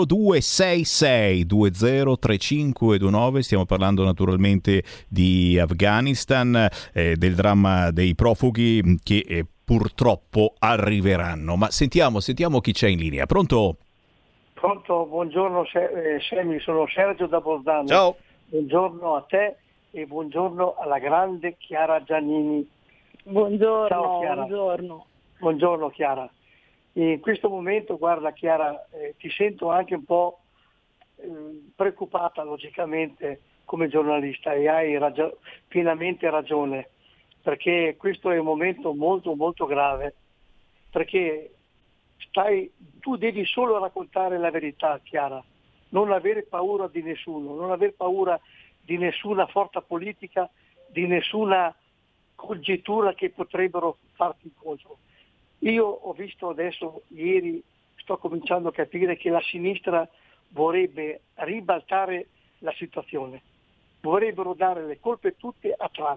0266203529, stiamo parlando naturalmente di Afghanistan, del dramma dei profughi che purtroppo arriveranno, ma sentiamo chi c'è in linea. Pronto? Pronto, buongiorno Semi, sono Sergio da Bolzano. Ciao. Buongiorno a te e buongiorno alla grande Chiara Giannini. Buongiorno. Ciao Chiara. Buongiorno Chiara. In questo momento, guarda Chiara, ti sento anche un po' preoccupata logicamente come giornalista e hai pienamente ragione, perché questo è un momento molto molto grave, perché tu devi solo raccontare la verità, Chiara, non avere paura di nessuno, non aver paura di nessuna forza politica, di nessuna congettura che potrebbero farti contro. Io ho visto adesso, ieri, sto cominciando a capire che la sinistra vorrebbe ribaltare la situazione. vorrebbero dare le colpe tutte a Trump.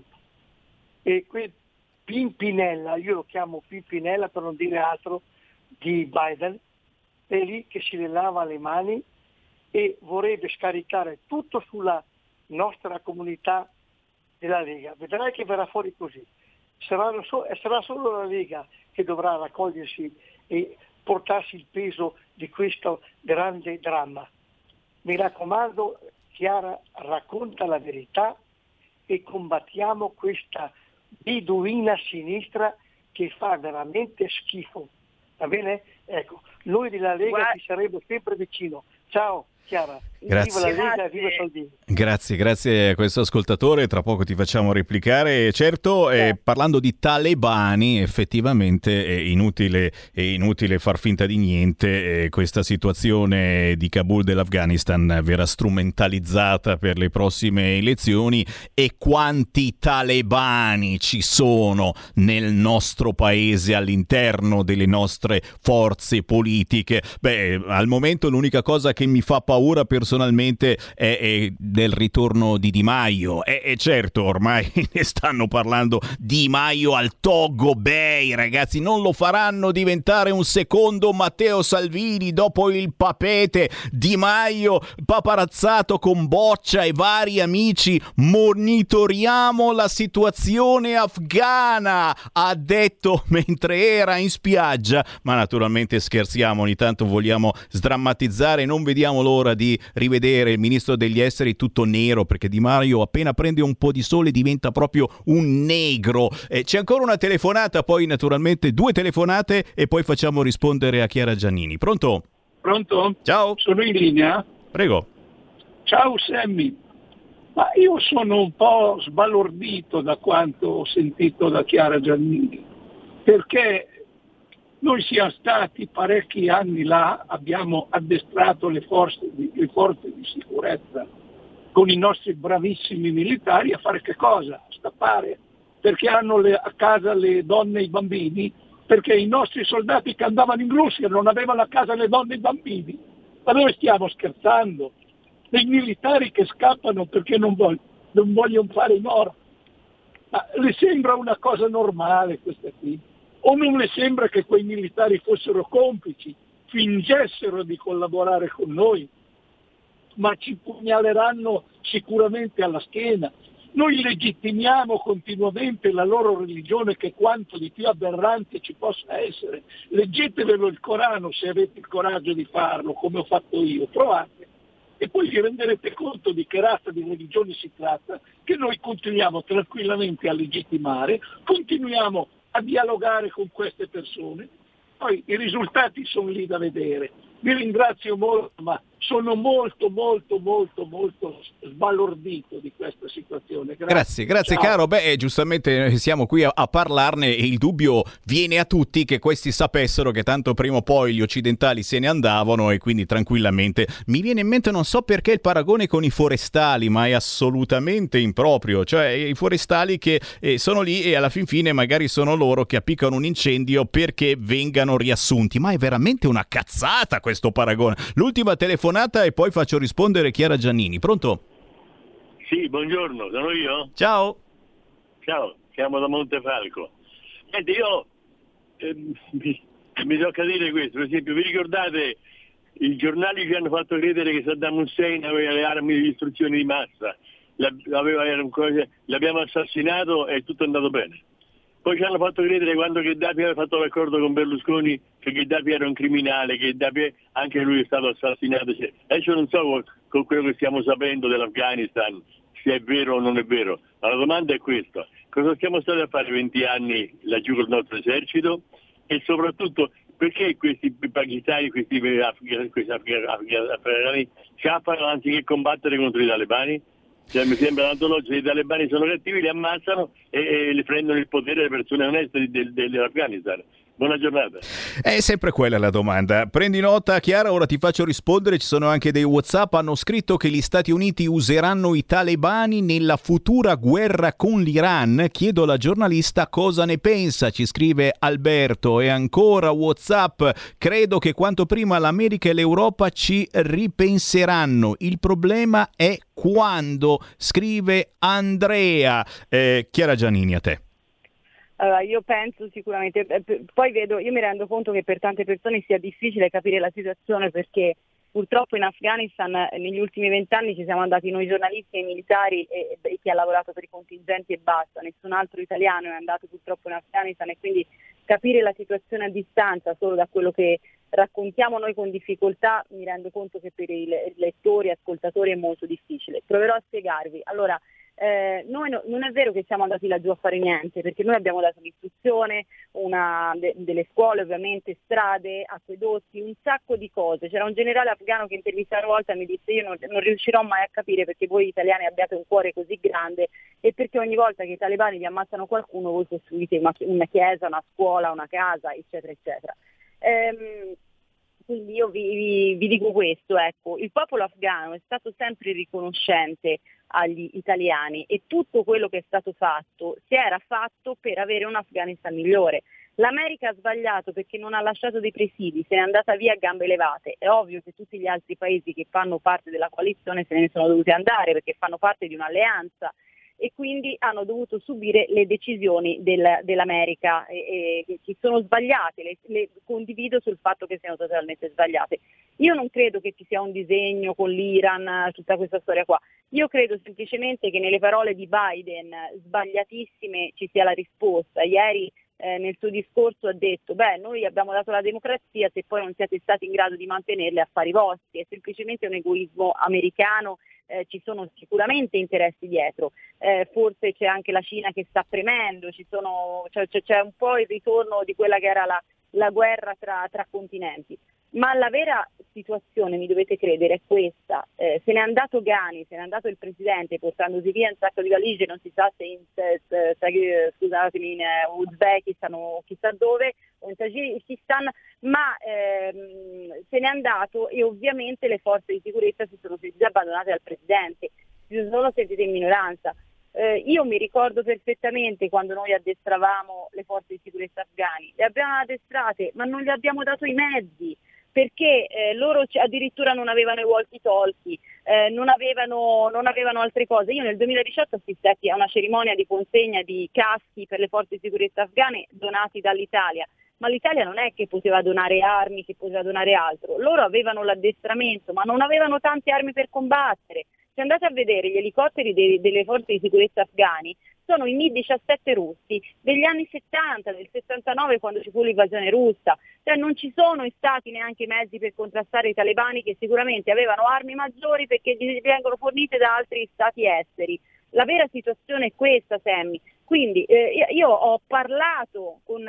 E qui Pimpinella, io lo chiamo Pimpinella per non dire altro, di Biden, è lì che si le lava le mani e vorrebbe scaricare tutto sulla nostra comunità della Lega. Vedrai che verrà fuori così. Sarà solo la Lega che dovrà raccogliersi e portarsi il peso di questo grande dramma. Mi raccomando, Chiara, racconta la verità e combattiamo questa beduina sinistra che fa veramente schifo. Va bene? Ecco, noi della Lega ti saremo sempre vicino. Ciao Chiara. Grazie. Viva la Lega, viva Salvini. Grazie a questo ascoltatore, tra poco ti facciamo replicare. Certo, parlando di talebani, effettivamente è inutile far finta di niente. Questa situazione di Kabul dell'Afghanistan verrà strumentalizzata per le prossime elezioni, e quanti talebani ci sono nel nostro paese, all'interno delle nostre forze politiche. Al momento l'unica cosa che mi fa paura personalmente è del ritorno di Di Maio. E certo, ormai ne stanno parlando. Di Maio al Togo Bay, ragazzi, non lo faranno diventare un secondo Matteo Salvini dopo il papete. Di Maio paparazzato con Boccia e vari amici. Monitoriamo la situazione afghana, ha detto mentre era in spiaggia. Ma naturalmente scherziamo, ogni tanto vogliamo sdrammatizzare. Non vediamo l'ora di rivedere il ministro degli esteri tutto nero, perché Di Maio appena prende un po' di sole diventa proprio un negro. C'è ancora una telefonata, poi naturalmente 2 telefonate e poi facciamo rispondere a Chiara Giannini. Pronto? Pronto? Ciao. Sono in linea? Prego. Ciao Sammy. Ma io sono un po' sbalordito da quanto ho sentito da Chiara Giannini, perché noi siamo stati parecchi anni là, abbiamo addestrato le forze di sicurezza con i nostri bravissimi militari a fare che cosa? A stappare, perché hanno a casa le donne e i bambini, perché i nostri soldati che andavano in Russia non avevano a casa le donne e i bambini. Ma dove stiamo scherzando? Dei militari che scappano perché non vogliono fare in oro. Ma le sembra una cosa normale questa qui? O non le sembra che quei militari fossero complici, fingessero di collaborare con noi, ma ci pugnaleranno sicuramente alla schiena? Noi legittimiamo continuamente la loro religione, che quanto di più aberrante ci possa essere. Leggetevelo il Corano se avete il coraggio di farlo, come ho fatto io, provate. E poi vi renderete conto di che razza di religione si tratta, che noi continuiamo tranquillamente a legittimare, continuiamo a dialogare con queste persone, poi i risultati sono lì da vedere. Vi ringrazio molto, ma sono molto sbalordito di questa situazione. Grazie Ciao. caro. Giustamente siamo qui a parlarne, e il dubbio viene a tutti che questi sapessero che tanto prima o poi gli occidentali se ne andavano, e quindi tranquillamente. Mi viene in mente, non so perché, il paragone con i forestali, ma è assolutamente improprio. Cioè i forestali che sono lì e alla fin fine magari sono loro che appiccano un incendio perché vengano riassunti. Ma è veramente una cazzata questo paragone. L'ultima telefonata e poi faccio rispondere Chiara Giannini. Pronto? Sì, buongiorno, sono io? Ciao. Ciao, siamo da Montefalco. Senti, io mi tocca dire questo. Per esempio, vi ricordate, i giornali ci hanno fatto credere che Saddam Hussein aveva le armi di distruzione di massa, l'abbiamo assassinato e tutto è andato bene. Poi ci hanno fatto credere, quando Gheddafi aveva fatto l'accordo con Berlusconi, che Gheddafi era un criminale, che Gheddafi anche lui è stato assassinato. Adesso non so con quello che stiamo sapendo dell'Afghanistan se è vero o non è vero, ma la domanda è questa: cosa siamo stati a fare 20 anni laggiù col nostro esercito? E soprattutto, perché questi pakistani, questi afghani scappano anziché combattere contro i talebani? Cioè, mi sembra tanto logico, se i talebani sono cattivi li ammazzano e li prendono il potere le persone oneste dell'Afghanistan. Buona giornata. È sempre quella la domanda. Prendi nota, Chiara, ora ti faccio rispondere. Ci sono anche dei WhatsApp. Hanno scritto che gli Stati Uniti useranno i talebani nella futura guerra con l'Iran. Chiedo alla giornalista cosa ne pensa, ci scrive Alberto. E ancora WhatsApp: credo che quanto prima l'America e l'Europa ci ripenseranno. Il problema è quando, scrive Andrea. Chiara Giannini, a te. Allora, io penso sicuramente, poi io mi rendo conto che per tante persone sia difficile capire la situazione, perché purtroppo in Afghanistan negli ultimi 20 anni ci siamo andati noi giornalisti e i militari e chi ha lavorato per i contingenti e basta, nessun altro italiano è andato purtroppo in Afghanistan, e quindi capire la situazione a distanza solo da quello che raccontiamo noi con difficoltà, mi rendo conto che per i lettori e ascoltatori è molto difficile. Proverò a spiegarvi. Allora, noi non è vero che siamo andati laggiù a fare niente, perché noi abbiamo dato l'istruzione, delle scuole ovviamente, strade, acquedotti, un sacco di cose. C'era un generale afghano che intervistata una volta mi disse: io non riuscirò mai a capire perché voi italiani abbiate un cuore così grande e perché ogni volta che i talebani vi ammazzano qualcuno voi costruite una chiesa, una scuola, una casa, eccetera eccetera. Quindi io vi dico questo, ecco, il popolo afghano è stato sempre riconoscente agli italiani e tutto quello che è stato fatto si era fatto per avere un Afghanistan migliore. L'America ha sbagliato perché non ha lasciato dei presidi, se n'è andata via a gambe levate. È ovvio che tutti gli altri paesi che fanno parte della coalizione se ne sono dovuti andare perché fanno parte di un'alleanza e quindi hanno dovuto subire le decisioni dell'America che sono sbagliate, le condivido sul fatto che siano totalmente sbagliate. Io non credo che ci sia un disegno con l'Iran, tutta questa storia qua. Io credo semplicemente che nelle parole di Biden, sbagliatissime, ci sia la risposta. Ieri nel suo discorso ha detto: noi abbiamo dato la democrazia, se poi non siete stati in grado di mantenerla, affari vostri. È semplicemente un egoismo americano, ci sono sicuramente interessi dietro, forse c'è anche la Cina che sta premendo, c'è un po' il ritorno di quella che era la guerra tra continenti. Ma la vera situazione, mi dovete credere, è questa. Se n'è andato Ghani, se n'è andato il presidente portandosi via un sacco di valigie, non si sa se in Uzbekistan o chissà dove, o in Tagikistan, ma se n'è andato e ovviamente le forze di sicurezza si sono sentite abbandonate dal presidente, si sono sentite in minoranza. Io mi ricordo perfettamente quando noi addestravamo le forze di sicurezza afghani, le abbiamo addestrate ma non gli abbiamo dato i mezzi, perché loro addirittura non avevano i walkie-talkie, non avevano altre cose. Io nel 2018 assistetti a una cerimonia di consegna di caschi per le forze di sicurezza afghane donati dall'Italia, ma l'Italia non è che poteva donare armi, che poteva donare altro. Loro avevano l'addestramento, ma non avevano tante armi per combattere. Se andate a vedere gli elicotteri delle forze di sicurezza afghani, sono i Mi-17 russi degli anni 70, del 69, quando ci fu l'invasione russa. Cioè non ci sono stati neanche i mezzi per contrastare i talebani, che sicuramente avevano armi maggiori perché gli vengono fornite da altri stati esteri. La vera situazione è questa, Sammy. Quindi io ho parlato con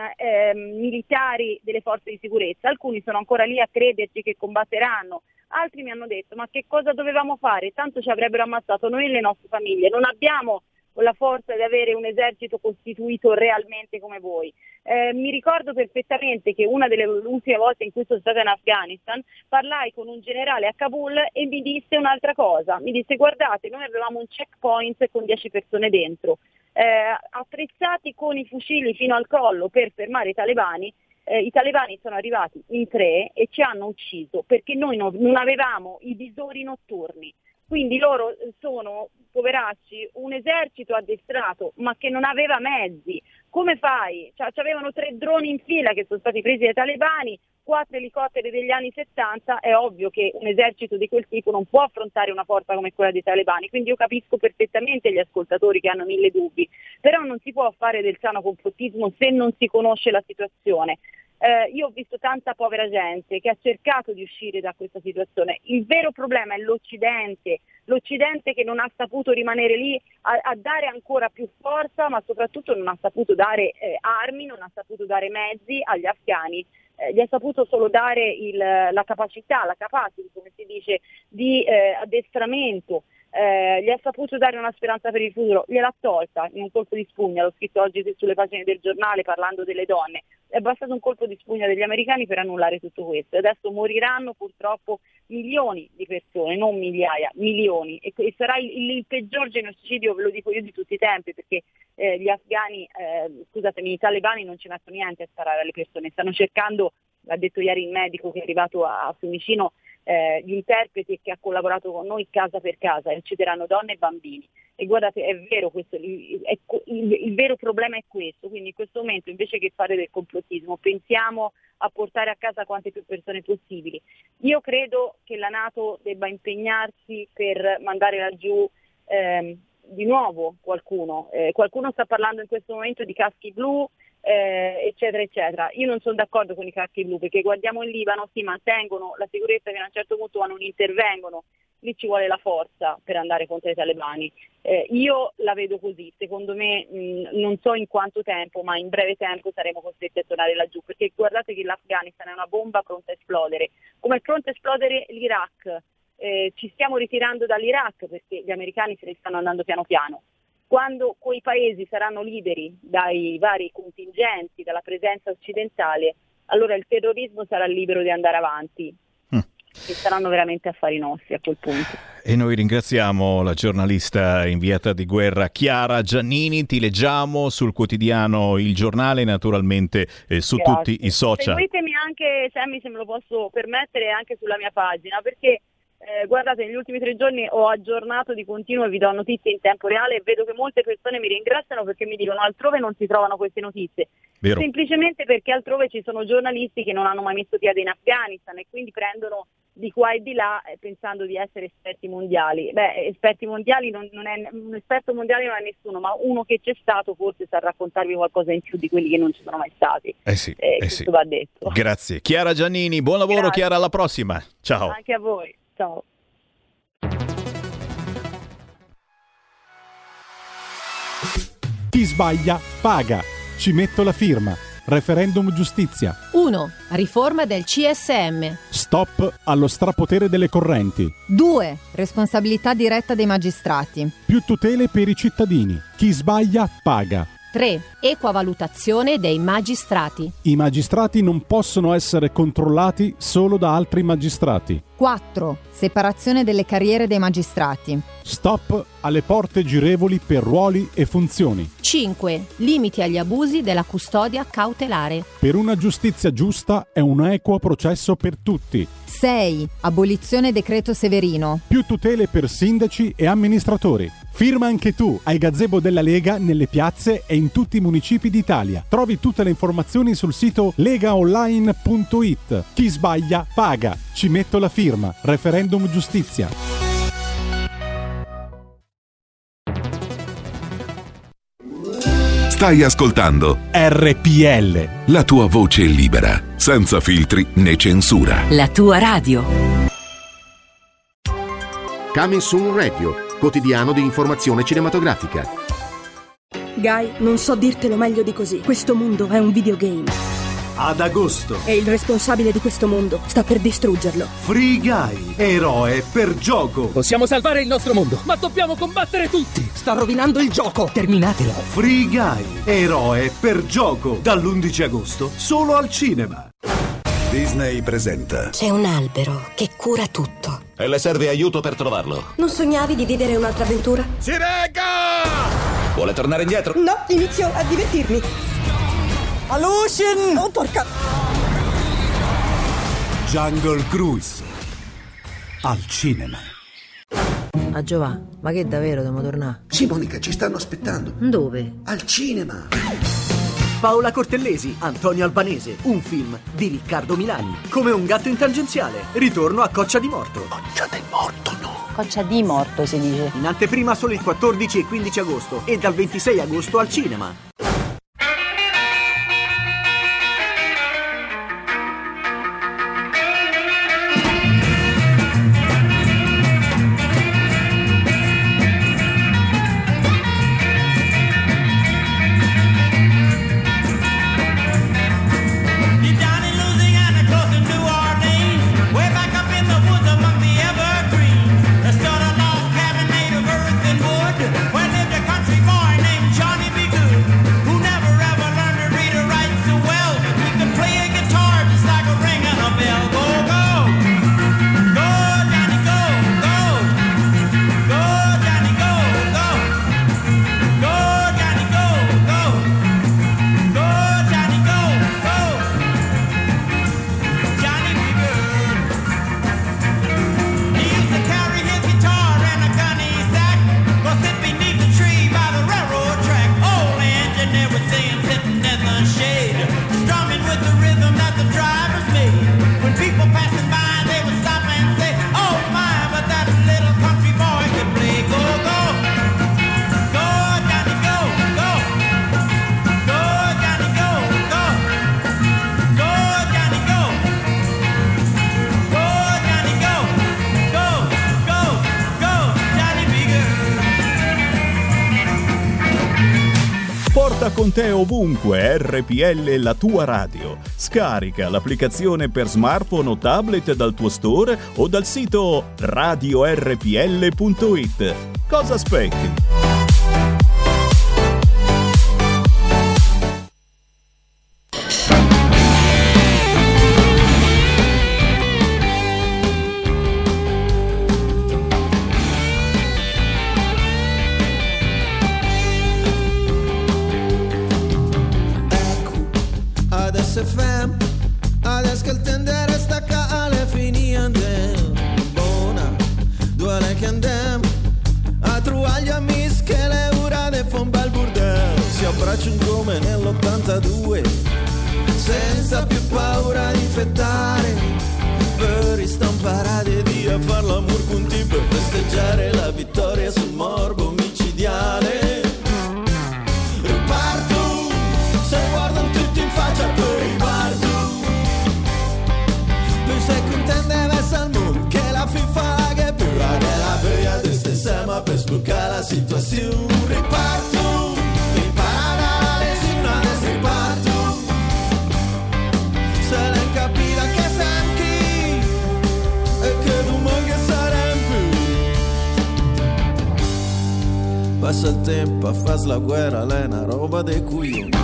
militari delle forze di sicurezza, alcuni sono ancora lì a crederci che combatteranno, altri mi hanno detto: ma che cosa dovevamo fare? Tanto ci avrebbero ammazzato noi e le nostre famiglie, non abbiamo la forza di avere un esercito costituito realmente come voi. Mi ricordo perfettamente che una delle ultime volte in cui sono stata in Afghanistan parlai con un generale a Kabul e mi disse un'altra cosa, mi disse: guardate, noi avevamo un checkpoint con 10 persone dentro, attrezzati con i fucili fino al collo per fermare i talebani. I talebani sono arrivati in 3 e ci hanno ucciso perché noi non avevamo i visori notturni. Quindi loro sono, poveracci, un esercito addestrato ma che non aveva mezzi. Come fai? Avevano 3 droni in fila che sono stati presi dai talebani, 4 elicotteri degli anni 70, è ovvio che un esercito di quel tipo non può affrontare una forza come quella dei talebani, quindi io capisco perfettamente gli ascoltatori che hanno 1000 dubbi, però non si può fare del sano complottismo se non si conosce la situazione. Io ho visto tanta povera gente che ha cercato di uscire da questa situazione. Il vero problema è l'Occidente che non ha saputo rimanere lì a dare ancora più forza, ma soprattutto non ha saputo dare armi, non ha saputo dare mezzi agli afghani. Gli ha saputo solo dare la capacità, la capacity, come si dice, di addestramento. Gli ha saputo dare una speranza per il futuro, gliel'ha tolta in un colpo di spugna. L'ho scritto oggi sulle pagine del giornale parlando delle donne. È bastato un colpo di spugna degli americani per annullare tutto questo. E adesso moriranno purtroppo milioni di persone, non migliaia, milioni. E sarà il peggior genocidio, ve lo dico io, di tutti i tempi, perché gli afghani, scusatemi, i talebani non ci mettono niente a sparare alle persone. Stanno cercando, l'ha detto ieri il medico che è arrivato a Fiumicino, gli interpreti che ha collaborato con noi casa per casa, e uccideranno donne e bambini. E guardate, è vero questo, il vero problema è questo, quindi in questo momento invece che fare del complottismo pensiamo a portare a casa quante più persone possibili. Io credo che la NATO debba impegnarsi per mandare laggiù di nuovo qualcuno. Qualcuno sta parlando in questo momento di caschi blu, eccetera eccetera. Io non sono d'accordo con i caschi blu, perché guardiamo il Libano, si mantengono la sicurezza fino a un certo punto ma non intervengono. Lì ci vuole la forza per andare contro i talebani. Io la vedo così, secondo me non so in quanto tempo, ma in breve tempo saremo costretti a tornare laggiù, perché guardate che l'Afghanistan è una bomba pronta a esplodere, come è pronto a esplodere l'Iraq. Ci stiamo ritirando dall'Iraq perché gli americani se ne stanno andando piano piano. Quando quei paesi saranno liberi dai vari contingenti, dalla presenza occidentale, allora il terrorismo sarà libero di andare avanti. E saranno veramente affari nostri a quel punto. E noi ringraziamo la giornalista inviata di guerra Chiara Giannini. Ti leggiamo sul quotidiano Il Giornale, naturalmente su tutti i social. Seguitemi anche, Sammy, se me lo posso permettere, anche sulla mia pagina, perché guardate, negli ultimi 3 giorni ho aggiornato di continuo e vi do notizie in tempo reale e vedo che molte persone mi ringraziano perché mi dicono altrove non si trovano queste notizie. Vero. Semplicemente perché altrove ci sono giornalisti che non hanno mai messo piede in Afghanistan e quindi prendono di qua e di là pensando di essere esperti mondiali. Esperti mondiali non è un esperto mondiale, non è nessuno, ma uno che c'è stato forse sa raccontarvi qualcosa in più di quelli che non ci sono mai stati. Questo va detto. Grazie. Chiara Giannini, buon lavoro. Grazie. Chiara, alla prossima. Ciao. Anche a voi. Ciao. Chi sbaglia paga. Ci metto la firma. Referendum giustizia. 1. Riforma del CSM. Stop allo strapotere delle correnti. 2. Responsabilità diretta dei magistrati. Più tutele per i cittadini. Chi sbaglia paga. 3. Equa valutazione dei magistrati. I magistrati non possono essere controllati solo da altri magistrati. 4. Separazione delle carriere dei magistrati. Stop alle porte girevoli per ruoli e funzioni. 5. Limiti agli abusi della custodia cautelare. Per una giustizia giusta e un equo processo per tutti. 6. Abolizione decreto Severino. Più tutele per sindaci e amministratori. Firma anche tu ai gazebo della Lega nelle piazze e in tutti i municipi d'Italia. Trovi tutte le informazioni sul sito legaonline.it. Chi sbaglia paga. Ci metto la firma. Referendum giustizia. Stai ascoltando RPL. La tua voce libera, senza filtri né censura. La tua radio. Coming Soon Radio, quotidiano di informazione cinematografica. Guy, non so dirtelo meglio di così. Questo mondo è un videogame. Ad agosto. E il responsabile di questo mondo sta per distruggerlo. Free Guy, eroe per gioco. Possiamo salvare il nostro mondo, ma dobbiamo combattere tutti. Sta rovinando il gioco. Terminatelo. Free Guy, eroe per gioco. Dall'11 agosto, solo al cinema. Disney presenta. C'è un albero che cura tutto. E le serve aiuto per trovarlo. Non sognavi di vivere un'altra avventura? Si regga! Vuole tornare indietro? No, inizio a divertirmi. Alucin! Oh, porca! Jungle Cruise. Al cinema. Ah, Giova, ma che davvero dobbiamo tornare? Sì, Monica, ci stanno aspettando. Dove? Al cinema. Paola Cortellesi, Antonio Albanese, un film di Riccardo Milani. Come un gatto in tangenziale, ritorno a Coccia di Morto. Coccia del Morto, no. Coccia di Morto si dice. In anteprima solo il 14 e 15 agosto e dal 26 agosto al cinema. con te ovunque, RPL la tua radio. Scarica l'applicazione per smartphone o tablet dal tuo store o dal sito radiorpl.it. Cosa aspetti? FM, adesso che il tendere stacca alle fini andiamo, buona, duole che andiamo, a trovare gli amici che le ora ne fa un bel bordello, si abbracciano come nell'82, senza più paura di infettare, per stampare di a far l'amor con te, per festeggiare la vittoria sul morbo micidiale. Riparto, se guardano tutti in faccia poi riparto, tu sei contento di essere al mondo, che la FIFA che più che la voglia di stessa per sbloccare la situazione. Riparto, imparare la lesione adesso riparto, se l'hai capita che sei chi e che domani saremo più. Passa il tempo a fare la guerra, lei è una roba dei coglioni.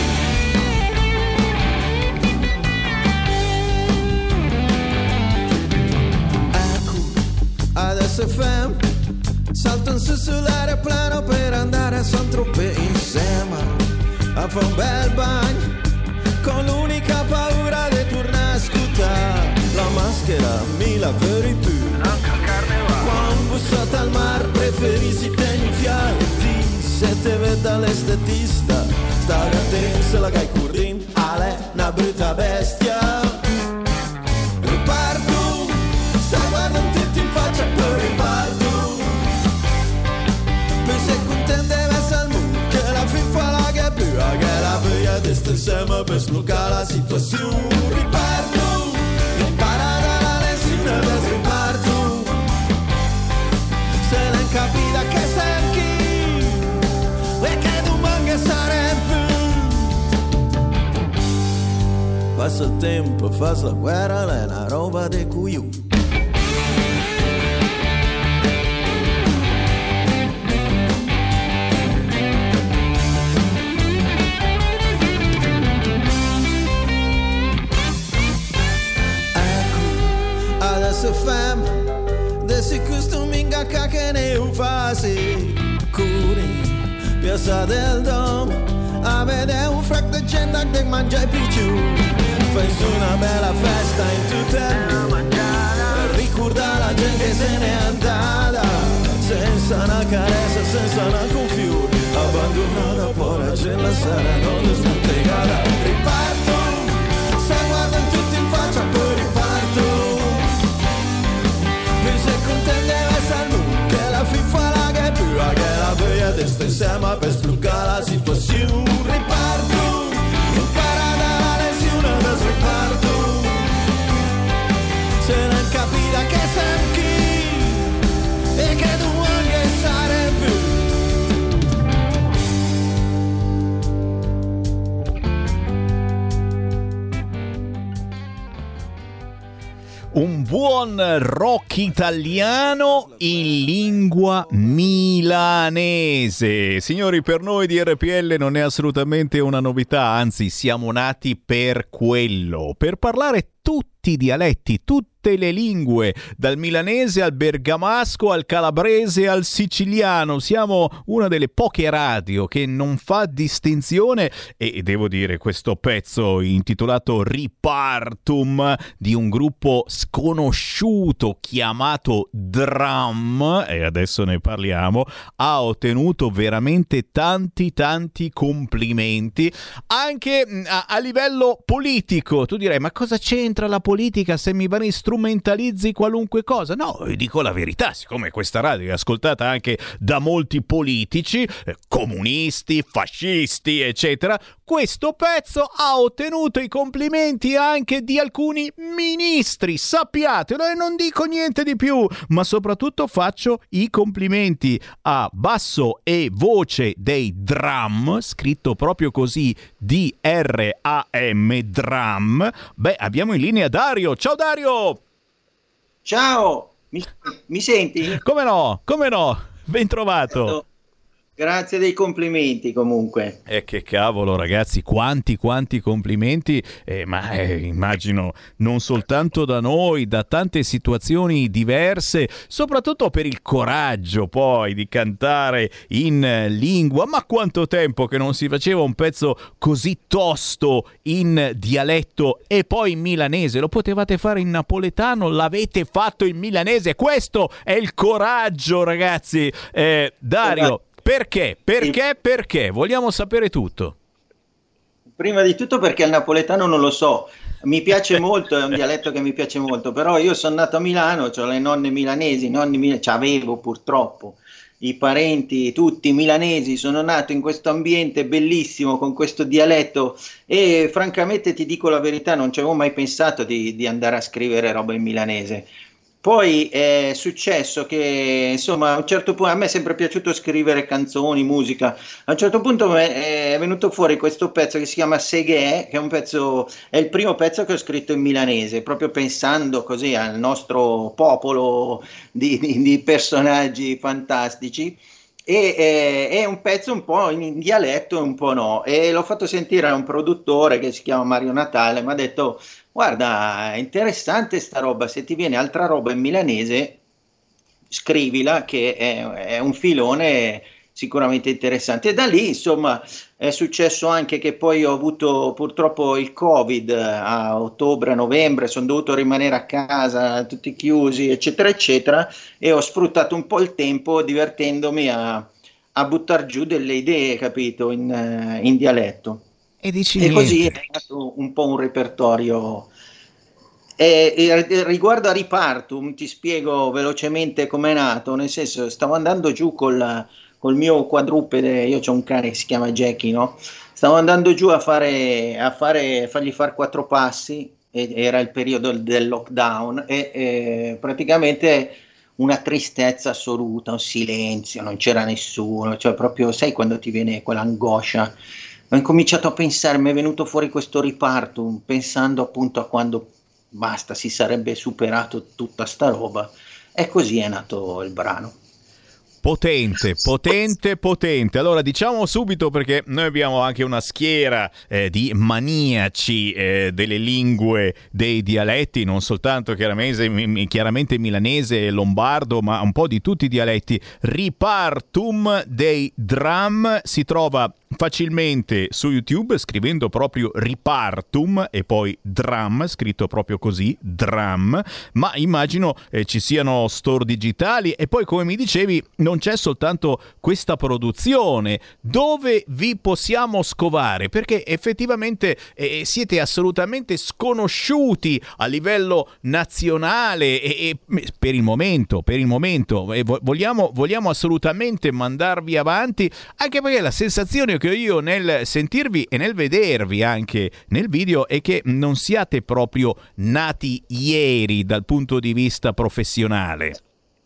Adesso FM saltano su sull'aeroplano per andare a Saint-Tropez insieme a fare un bel bagno, con l'unica paura di tornare a scutare la maschera mila per i più. Quando bussate al mar preferisci tenere fiati, se te vede all'estetista sta attento se la gai curdin ale una brutta bestia. Riparto, sta guardando tutti in faccia poi riparto, poi sei contento di essere al mondo, che la FIFA la che più che la voglia di stare insieme per sbloccare la situazione. Riparto, imparare la lesione adesso riparto, se l'hai capita che sei chi e che domani sarebbe. Passa il tempo, fa la guerra, lei è una roba dei coglioni. Adesso fam, desi costumi in cacca che ne ufasi, curi, piazza del dom, a vedere un frac di gente che mangia i picciu, fai su una bella festa in tutta ricorda la gente che se n'è andata, senza una carezza, senza una confiure, abbandonata poi la gente la sarà non smontegata. Riparto, se guardano tutti in faccia poi riparto, sei contento di essere al mondo, che la FIFA la che più che la voglia di stare insieme per sbloccare la situazione. Riparto, imparare la lesione adesso riparto, se non capita che sei chi e che domani sarebbe. Un buon rock italiano in lingua milanese. Signori, per noi di RPL non è assolutamente una novità, anzi siamo nati per quello, per parlare tutti i dialetti, tutte le lingue, dal milanese al bergamasco, al calabrese, al siciliano. Siamo una delle poche radio che non fa distinzione e devo dire questo pezzo intitolato Ripartum di un gruppo sconosciuto chiamato Drum, e adesso ne parliamo, ha ottenuto veramente tanti complimenti anche a livello politico. Tu direi, ma cosa c'entra la politica se mi bani strumentalizzi qualunque cosa? No, dico la verità, siccome questa radio è ascoltata anche da molti politici, comunisti, fascisti, eccetera, questo pezzo ha ottenuto i complimenti anche di alcuni ministri, sappiatelo, e non dico niente di più, ma soprattutto faccio i complimenti a basso e voce dei Dram, scritto proprio così, D-R-A-M, Dram. Beh, abbiamo in linea Dario. Ciao Dario! Ciao, mi senti? Come no, ben trovato. Grazie dei complimenti comunque. Che cavolo ragazzi, quanti complimenti, ma immagino non soltanto da noi, da tante situazioni diverse, soprattutto per il coraggio poi di cantare in lingua. Ma quanto tempo che non si faceva un pezzo così tosto in dialetto e poi in milanese. Lo potevate fare in napoletano, l'avete fatto in milanese. Questo è il coraggio ragazzi. Dario, perché? Vogliamo sapere tutto. Prima di tutto perché il napoletano non lo so, mi piace molto, è un dialetto che mi piace molto, però io sono nato a Milano, ho le nonne milanesi, c'avevo purtroppo i parenti tutti milanesi, sono nato in questo ambiente bellissimo con questo dialetto e francamente ti dico la verità, non ci avevo mai pensato di andare a scrivere roba in milanese. Poi è successo che, insomma, a un certo punto, a me è sempre piaciuto scrivere canzoni, musica, a un certo punto è venuto fuori questo pezzo che si chiama Seghe, che è il primo pezzo che ho scritto in milanese, proprio pensando così al nostro popolo di personaggi fantastici. È un pezzo un po' in dialetto e un po' no, e l'ho fatto sentire a un produttore che si chiama Mario Natale, mi ha detto: guarda, è interessante sta roba, se ti viene altra roba in milanese scrivila, che è un filone sicuramente interessante. E da lì insomma è successo anche che poi ho avuto purtroppo il Covid a ottobre-novembre, sono dovuto rimanere a casa tutti chiusi eccetera eccetera, e ho sfruttato un po' il tempo divertendomi a buttar giù delle idee, capito, in dialetto. E così è nato un po' un repertorio. Riguardo a Ripartum ti spiego velocemente com'è nato, nel senso, stavo andando giù col mio quadrupede, io ho un cane che si chiama Jackie, no? Stavo andando giù a fargli fare 4 passi, era il periodo del lockdown e praticamente una tristezza assoluta, un silenzio, non c'era nessuno, cioè proprio, sai quando ti viene quell'angoscia? Ho incominciato a pensare, mi è venuto fuori questo Ripartum, pensando appunto a quando basta, si sarebbe superato tutta sta roba, e così è nato il brano. Potente. Allora diciamo subito, perché noi abbiamo anche una schiera di maniaci delle lingue, dei dialetti, non soltanto chiaramente milanese e lombardo, ma un po' di tutti i dialetti. Ripartum dei Dram si trova facilmente su YouTube scrivendo proprio Ripartum e poi Dram, scritto proprio così, Dram, ma immagino ci siano store digitali. E poi, come mi dicevi, non c'è soltanto questa produzione. Dove vi possiamo scovare? Perché effettivamente siete assolutamente sconosciuti a livello nazionale e per il momento vogliamo assolutamente mandarvi avanti, anche perché la sensazione che ho io nel sentirvi e nel vedervi anche nel video è che non siate proprio nati ieri dal punto di vista professionale.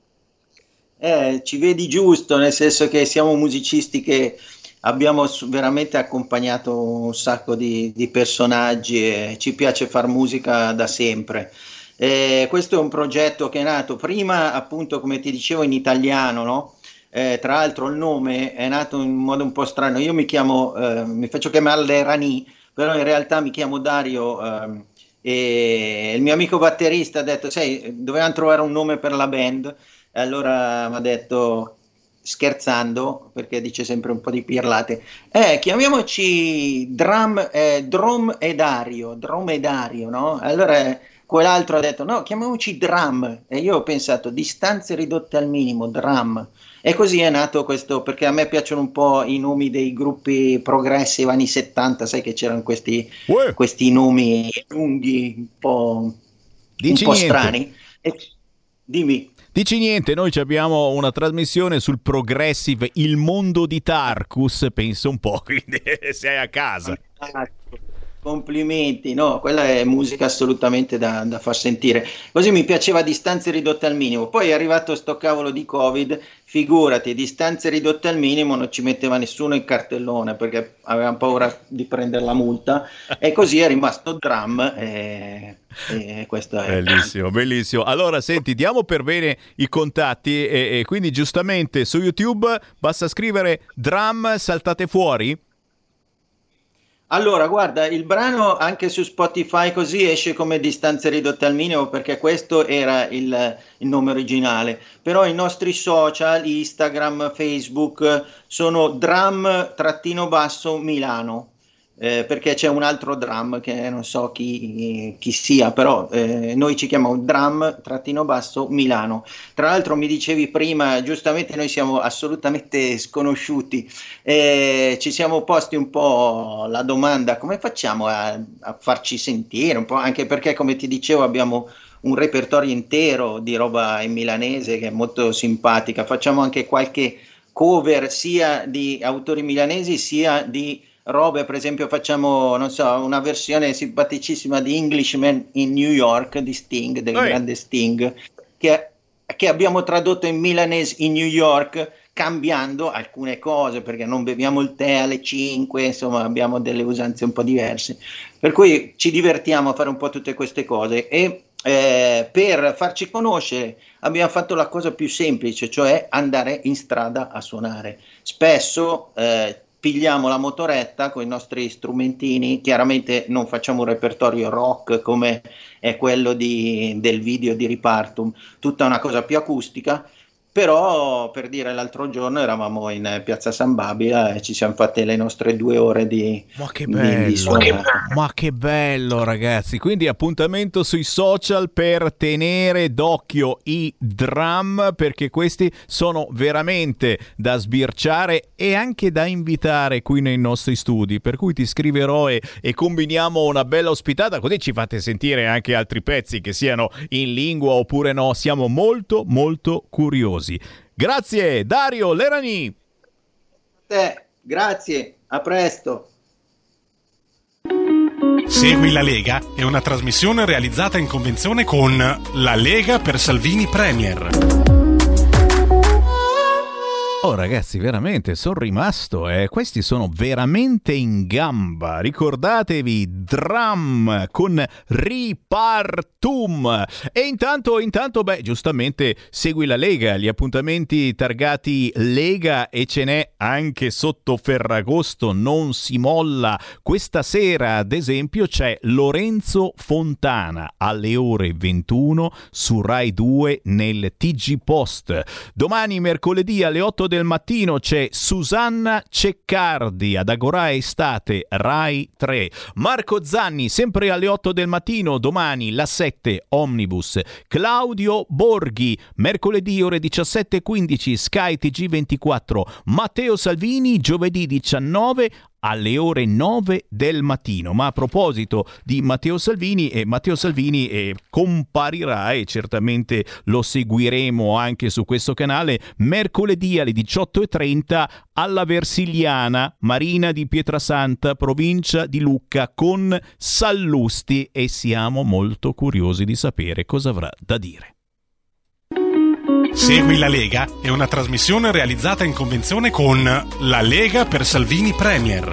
Ci vedi giusto, nel senso che siamo musicisti che abbiamo veramente accompagnato un sacco di personaggi e ci piace far musica da sempre. Questo è un progetto che è nato prima, appunto, come ti dicevo, in italiano, no? Tra l'altro il nome è nato in modo un po' strano. Io mi faccio chiamare Rani, però in realtà mi chiamo Dario, e il mio amico batterista ha detto: sai, dovevamo trovare un nome per la band. E allora mi ha detto, scherzando, perché dice sempre un po' di pirlate, chiamiamoci Drum e Dario, no? Allora quell'altro ha detto: no, chiamiamoci Drum. E io ho pensato, distanze ridotte al minimo, Drum. E così è nato questo, perché a me piacciono un po' i nomi dei gruppi progressive anni 70, sai che c'erano questi nomi lunghi, un po' strani. Dimmi. Dici niente, noi abbiamo una trasmissione sul progressive, il mondo di Tarkus, penso un po', quindi sei a casa. Complimenti, no, quella è musica assolutamente da far sentire. Così mi piaceva distanze ridotte al minimo. Poi è arrivato sto cavolo di Covid, figurati, distanze ridotte al minimo non ci metteva nessuno in cartellone perché avevamo paura di prendere la multa e così è rimasto Drum e questo è bellissimo, bellissimo. Allora senti, diamo per bene i contatti e quindi giustamente su YouTube basta scrivere Drum, saltate fuori. Allora, guarda, il brano anche su Spotify così esce come distanze ridotte al minimo perché questo era il nome originale, però i nostri social, Instagram, Facebook sono Drum_Milano. Perché c'è un altro Drum che non so chi sia, però noi ci chiamiamo Drum_Milano. Tra l'altro mi dicevi prima, giustamente noi siamo assolutamente sconosciuti, ci siamo posti un po' la domanda come facciamo a farci sentire, un po', anche perché come ti dicevo abbiamo un repertorio intero di roba in milanese che è molto simpatica, facciamo anche qualche cover sia di autori milanesi sia di robe, per esempio facciamo, non so, una versione simpaticissima di Englishman in New York di Sting, del grande Sting, che abbiamo tradotto in milanese in New York, cambiando alcune cose, perché non beviamo il tè alle 5, insomma abbiamo delle usanze un po' diverse, per cui ci divertiamo a fare un po' tutte queste cose e per farci conoscere abbiamo fatto la cosa più semplice, cioè andare in strada a suonare. Spesso pigliamo la motoretta con i nostri strumentini, chiaramente non facciamo un repertorio rock come è quello del video di Ripartum, tutta una cosa più acustica, però per dire l'altro giorno eravamo in piazza San Babila e ci siamo fatte le nostre 2 ore di ma che bello ragazzi, quindi appuntamento sui social per tenere d'occhio i Drum, perché questi sono veramente da sbirciare e anche da invitare qui nei nostri studi, per cui ti scriverò e combiniamo una bella ospitata, così ci fate sentire anche altri pezzi che siano in lingua oppure no, siamo molto molto curiosi. Grazie Dario Lerani. Grazie, a presto. Segui la Lega è una trasmissione realizzata in convenzione con La Lega per Salvini Premier. Oh ragazzi, veramente sono rimasto, questi sono veramente in gamba. Ricordatevi Drum con Ripartum. E intanto beh, giustamente segui la Lega, gli appuntamenti targati Lega, e ce n'è anche sotto Ferragosto, non si molla. Questa sera ad esempio c'è Lorenzo Fontana alle ore 21 su Rai 2 nel TG Post. Domani mercoledì alle 8 del mattino c'è Susanna Ceccardi ad Agorà Estate Rai 3. Marco Zanni sempre alle 8 del mattino domani la 7 Omnibus. Claudio Borghi mercoledì ore 17:15 Sky TG24. Matteo Salvini giovedì 19 alle ore 9 del mattino. Ma a proposito di Matteo Salvini comparirà, e certamente lo seguiremo anche su questo canale, mercoledì alle 18:30 alla Versiliana, Marina di Pietrasanta, provincia di Lucca, con Sallusti, e siamo molto curiosi di sapere cosa avrà da dire. Segui la Lega è una trasmissione realizzata in convenzione con La Lega per Salvini Premier.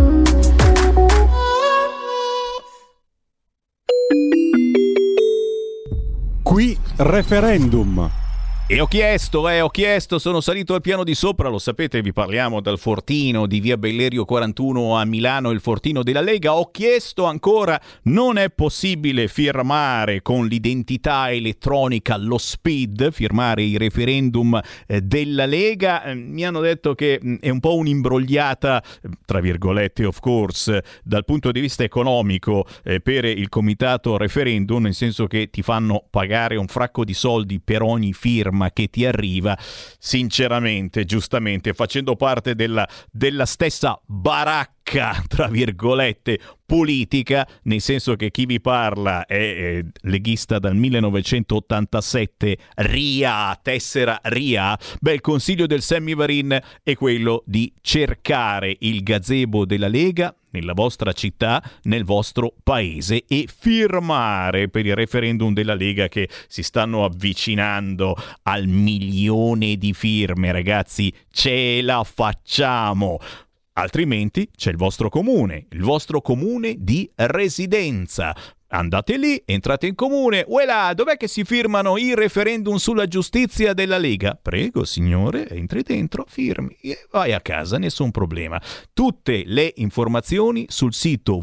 Qui referendum. E ho chiesto, sono salito al piano di sopra, lo sapete, vi parliamo dal fortino di via Bellerio 41 a Milano, il fortino della Lega. Ho chiesto ancora, non è possibile firmare con l'identità elettronica, lo SPID, firmare i referendum della Lega. Mi hanno detto che è un po' un'imbrogliata, tra virgolette of course, dal punto di vista economico per il comitato referendum, nel senso che ti fanno pagare un fracco di soldi per ogni firma che ti arriva. Sinceramente, giustamente, facendo parte della stessa baracca cricca, tra virgolette, politica, nel senso che chi vi parla è leghista dal 1987, RIA, tessera RIA. Beh, il consiglio del Semivarin è quello di cercare il gazebo della Lega nella vostra città, nel vostro paese, e firmare per il referendum della Lega, che si stanno avvicinando al 1 milione di firme. Ragazzi, ce la facciamo! Altrimenti c'è il vostro comune di residenza. Andate lì, entrate in comune, uelà, dov'è che si firmano i referendum sulla giustizia della Lega? Prego signore, entri dentro, firmi e vai a casa, nessun problema. Tutte le informazioni sul sito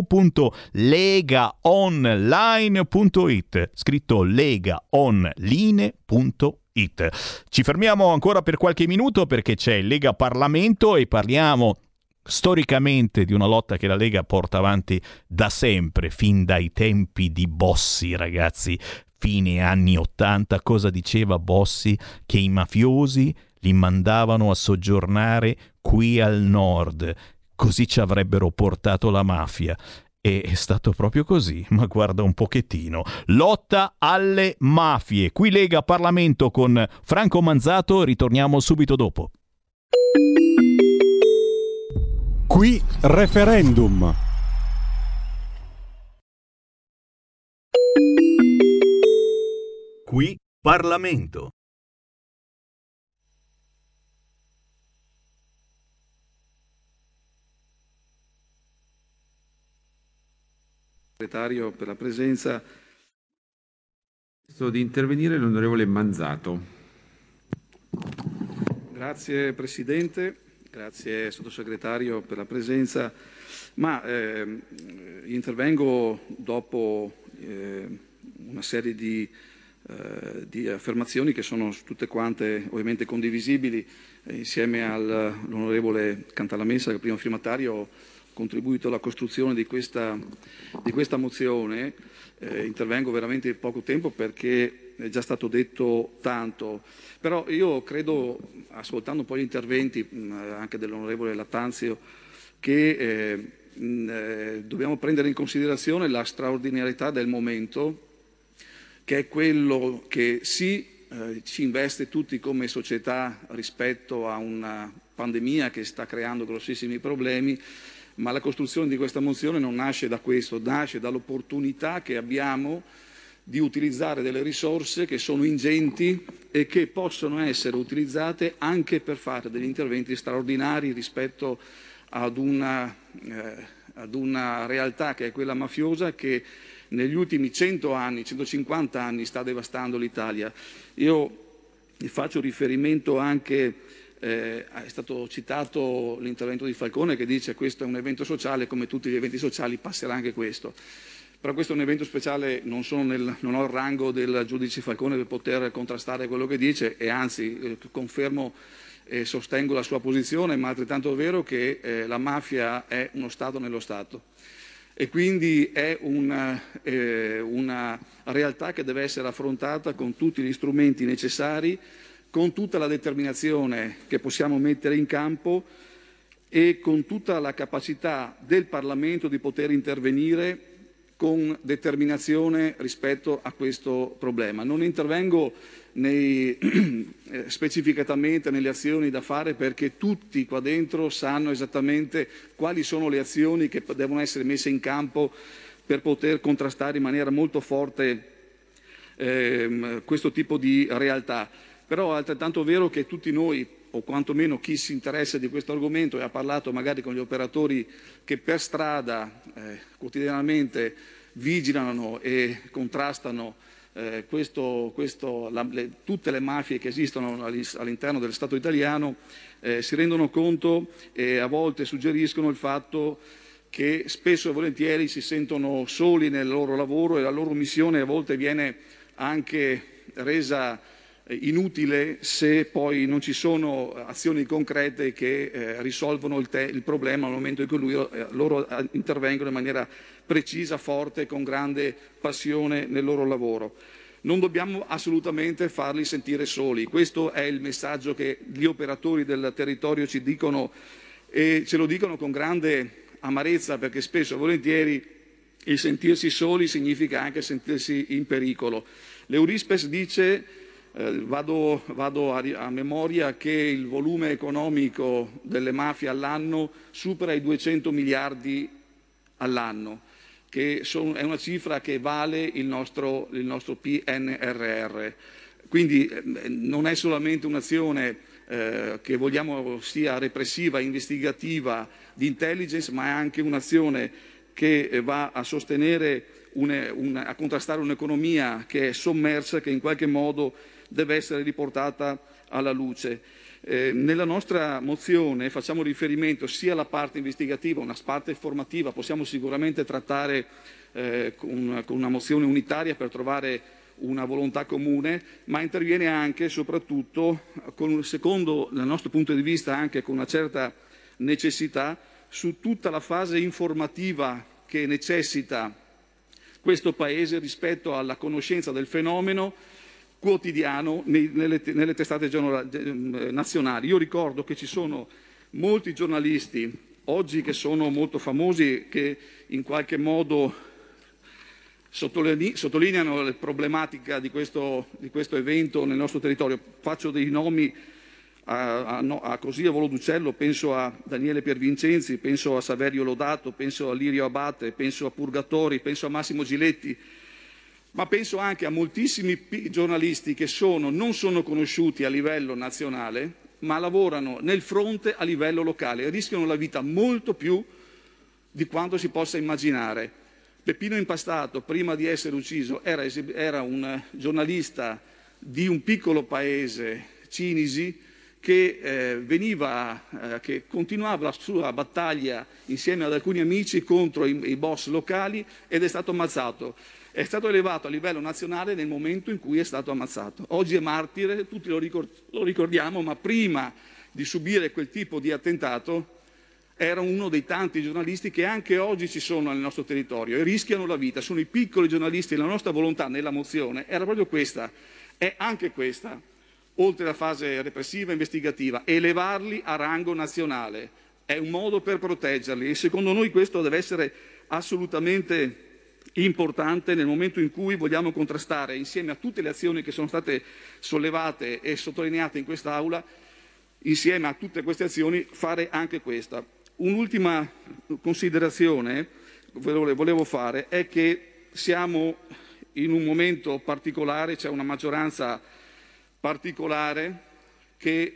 www.legaonline.it, scritto legaonline.it. Ci fermiamo ancora per qualche minuto perché c'è Lega Parlamento e parliamo storicamente di una lotta che la Lega porta avanti da sempre, fin dai tempi di Bossi, ragazzi, fine anni 80. Cosa diceva Bossi? Che i mafiosi li mandavano a soggiornare qui al nord, così ci avrebbero portato la mafia. E è stato proprio così, ma guarda un pochettino. Lotta alle mafie. Qui Lega Parlamento con Franco Manzato, ritorniamo subito dopo. Qui referendum. Qui Parlamento. Segretario per la presenza. Di intervenire l'onorevole Manzato. Grazie Presidente. Grazie Sottosegretario per la presenza, ma intervengo dopo una serie di affermazioni che sono tutte quante ovviamente condivisibili. Insieme all'onorevole Cantalamessa, che è primo firmatario, ho contribuito alla costruzione di questa mozione. Intervengo veramente in poco tempo perché è già stato detto tanto, però io credo, ascoltando poi gli interventi anche dell'onorevole Lattanzio, che dobbiamo prendere in considerazione la straordinarietà del momento, che è quello che ci investe tutti come società rispetto a una pandemia che sta creando grossissimi problemi. Ma la costruzione di questa mozione non nasce da questo, nasce dall'opportunità che abbiamo di utilizzare delle risorse che sono ingenti e che possono essere utilizzate anche per fare degli interventi straordinari rispetto ad una realtà che è quella mafiosa, che negli ultimi 100 anni, 150 anni sta devastando l'Italia. Io faccio riferimento anche, è stato citato l'intervento di Falcone che dice questo è un evento sociale, come tutti gli eventi sociali passerà anche questo. Però questo è un evento speciale, non ho il rango del giudice Falcone per poter contrastare quello che dice, e anzi confermo e sostengo la sua posizione, ma è altrettanto vero che la mafia è uno Stato nello Stato e quindi è una realtà che deve essere affrontata con tutti gli strumenti necessari, con tutta la determinazione che possiamo mettere in campo e con tutta la capacità del Parlamento di poter intervenire con determinazione rispetto a questo problema. Non intervengo specificatamente nelle azioni da fare, perché tutti qua dentro sanno esattamente quali sono le azioni che devono essere messe in campo per poter contrastare in maniera molto forte questo tipo di realtà. Però è altrettanto vero che tutti noi, o quantomeno chi si interessa di questo argomento e ha parlato magari con gli operatori che per strada quotidianamente vigilano e contrastano tutte le mafie che esistono all'interno del Stato italiano, si rendono conto e a volte suggeriscono il fatto che spesso e volentieri si sentono soli nel loro lavoro e la loro missione a volte viene anche resa inutile se poi non ci sono azioni concrete che risolvono il problema al momento in cui loro intervengono in maniera precisa, forte, con grande passione nel loro lavoro. Non dobbiamo assolutamente farli sentire soli. Questo è il messaggio che gli operatori del territorio ci dicono e ce lo dicono con grande amarezza, perché spesso e volentieri il sentirsi soli significa anche sentirsi in pericolo. L'Eurispes dice, vado a memoria, che il volume economico delle mafie all'anno supera i 200 miliardi all'anno, che è una cifra che vale il nostro PNRR. Quindi non è solamente un'azione che vogliamo sia repressiva, investigativa, di intelligence, ma è anche un'azione che va a sostenere, a contrastare un'economia che è sommersa, che in qualche modo deve essere riportata alla luce. Nella nostra mozione facciamo riferimento sia alla parte investigativa, una parte formativa, possiamo sicuramente trattare con una mozione unitaria per trovare una volontà comune, ma interviene anche e soprattutto, secondo il nostro punto di vista, anche con una certa necessità, su tutta la fase informativa che necessita questo Paese rispetto alla conoscenza del fenomeno quotidiano nelle testate nazionali. Io ricordo che ci sono molti giornalisti oggi che sono molto famosi, che in qualche modo sottolineano la problematica di questo evento nel nostro territorio. Faccio dei nomi così a volo d'uccello: penso a Daniele Piervincenzi, penso a Saverio Lodato, penso a Lirio Abate, penso a Purgatori, penso a Massimo Giletti, ma penso anche a moltissimi giornalisti che non sono conosciuti a livello nazionale, ma lavorano nel fronte a livello locale e rischiano la vita molto più di quanto si possa immaginare. Peppino Impastato, prima di essere ucciso, era un giornalista di un piccolo paese, Cinisi, che continuava la sua battaglia insieme ad alcuni amici contro i boss locali ed è stato ammazzato. È stato elevato a livello nazionale nel momento in cui è stato ammazzato. Oggi è martire, tutti lo ricordiamo, ma prima di subire quel tipo di attentato era uno dei tanti giornalisti che anche oggi ci sono nel nostro territorio e rischiano la vita. Sono i piccoli giornalisti. La nostra volontà nella mozione era proprio questa, è anche questa, oltre alla fase repressiva e investigativa, elevarli a rango nazionale. È un modo per proteggerli e secondo noi questo deve essere assolutamente importante nel momento in cui vogliamo contrastare, insieme a tutte le azioni che sono state sollevate e sottolineate in quest'Aula, insieme a tutte queste azioni fare anche questa. Un'ultima considerazione volevo fare è che siamo in un momento particolare, c'è una maggioranza particolare che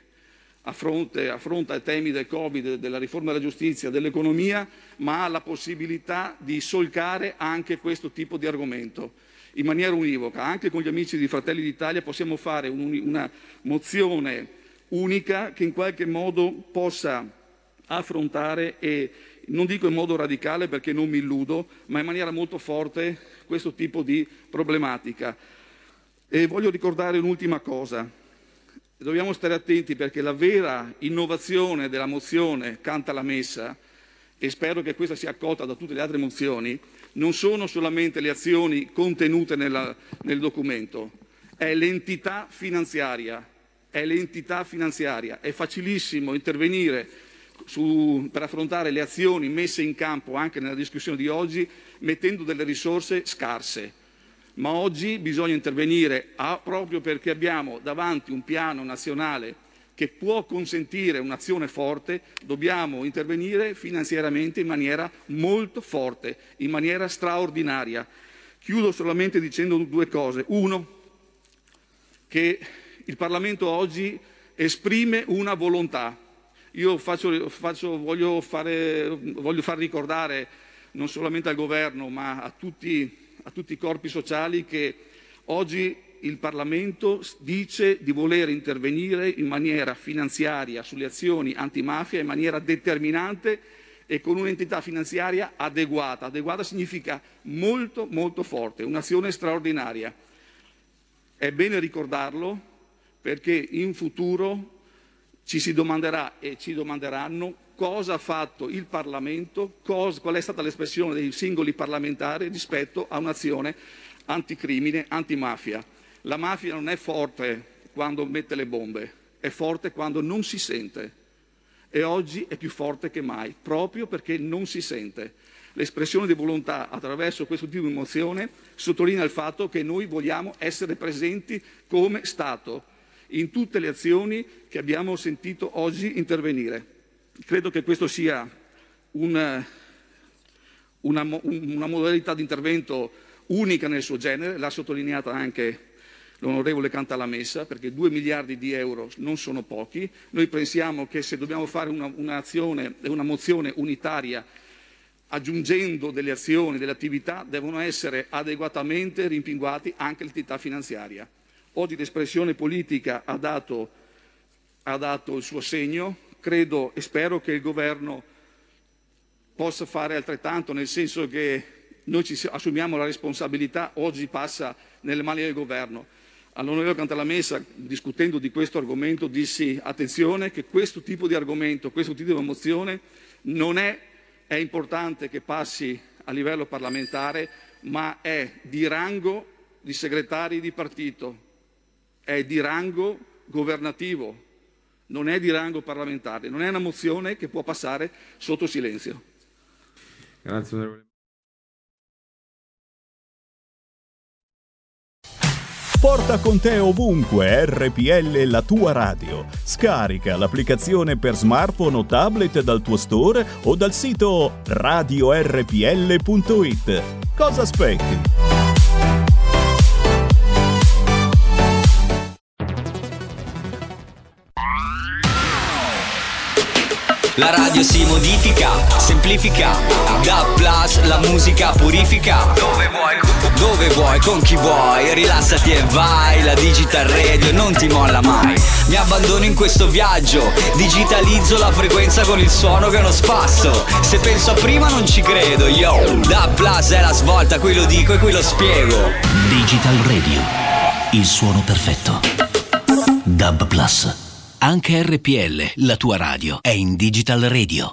affronta i temi del Covid, della riforma della giustizia, dell'economia, ma ha la possibilità di solcare anche questo tipo di argomento in maniera univoca. Anche con gli amici di Fratelli d'Italia possiamo fare una mozione unica che in qualche modo possa affrontare, e non dico in modo radicale perché non mi illudo, ma in maniera molto forte questo tipo di problematica. E voglio ricordare un'ultima cosa. Dobbiamo stare attenti perché la vera innovazione della mozione canta la messa, e spero che questa sia accolta da tutte le altre mozioni, non sono solamente le azioni contenute nel documento, è l'entità finanziaria. È facilissimo intervenire per affrontare le azioni messe in campo anche nella discussione di oggi mettendo delle risorse scarse. Ma oggi bisogna intervenire proprio perché abbiamo davanti un piano nazionale che può consentire un'azione forte, dobbiamo intervenire finanziariamente in maniera molto forte, in maniera straordinaria. Chiudo solamente dicendo due cose. Uno, che il Parlamento oggi esprime una volontà. Io voglio far ricordare non solamente al Governo ma a tutti i corpi sociali che oggi il Parlamento dice di voler intervenire in maniera finanziaria sulle azioni antimafia in maniera determinante e con un'entità finanziaria adeguata. Adeguata significa molto, molto forte, un'azione straordinaria. È bene ricordarlo perché in futuro ci si domanderà e ci domanderanno cosa ha fatto il Parlamento, qual è stata l'espressione dei singoli parlamentari rispetto a un'azione anticrimine, antimafia. La mafia non è forte quando mette le bombe, è forte quando non si sente. e oggi è più forte che mai, proprio perché non si sente. L'espressione di volontà attraverso questo tipo di mozione sottolinea il fatto che noi vogliamo essere presenti come Stato in tutte le azioni che abbiamo sentito oggi intervenire. Credo che questo sia una modalità di intervento unica nel suo genere, l'ha sottolineata anche l'onorevole Cantalamessa, perché 2 miliardi di euro non sono pochi. Noi pensiamo che se dobbiamo fare un'azione e una mozione unitaria, aggiungendo delle azioni, delle attività, devono essere adeguatamente rimpinguati anche l'entità finanziaria. Oggi l'espressione politica ha dato il suo segno, credo e spero che il Governo possa fare altrettanto, nel senso che noi ci assumiamo la responsabilità, oggi passa nelle mani del Governo. All'onorevole Cantalamessa, discutendo di questo argomento, dissi attenzione che questo tipo di argomento, questo tipo di mozione non è importante che passi a livello parlamentare, ma è di rango di segretari di partito, è di rango governativo, non è di rango parlamentare, non è una mozione che può passare sotto silenzio. Grazie onorevole. Porta con te ovunque RPL, la tua radio. Scarica l'applicazione per smartphone o tablet dal tuo store o dal sito radiorpl.it. Cosa aspetti? La radio si modifica, semplifica, DAB Plus la musica purifica. Dove vuoi, con chi vuoi, rilassati e vai. La Digital Radio non ti molla mai. Mi abbandono in questo viaggio, digitalizzo la frequenza con il suono che è uno spasso. Se penso a prima non ci credo, yo. DAB Plus è la svolta, qui lo dico e qui lo spiego. Digital Radio, il suono perfetto. DAB Plus. Anche RPL, la tua radio, è in Digital Radio.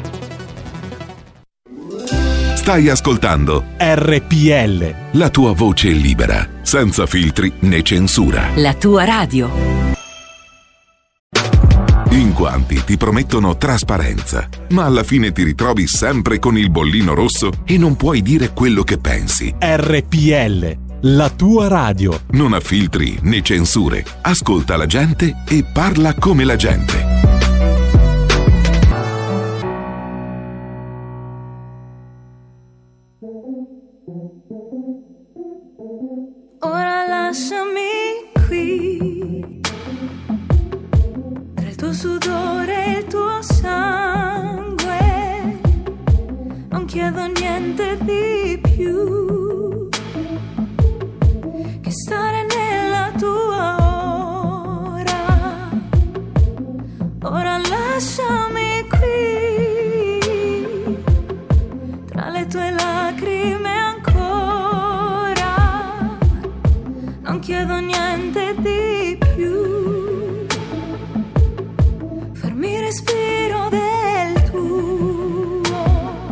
Stai ascoltando RPL, la tua voce libera, senza filtri né censura. La tua radio. In quanti ti promettono trasparenza, ma alla fine ti ritrovi sempre con il bollino rosso e non puoi dire quello che pensi. RPL, la tua radio. Non ha filtri né censure. Ascolta la gente e parla come la gente. Ora lasciami qui, tra il tuo sudore e il tuo sangue. Non chiedo niente di più che stare nella tua ora. Ora lasciami qui, tra le tue lacrime ancora. Non chiedo niente di più, farmi respiro del tuo.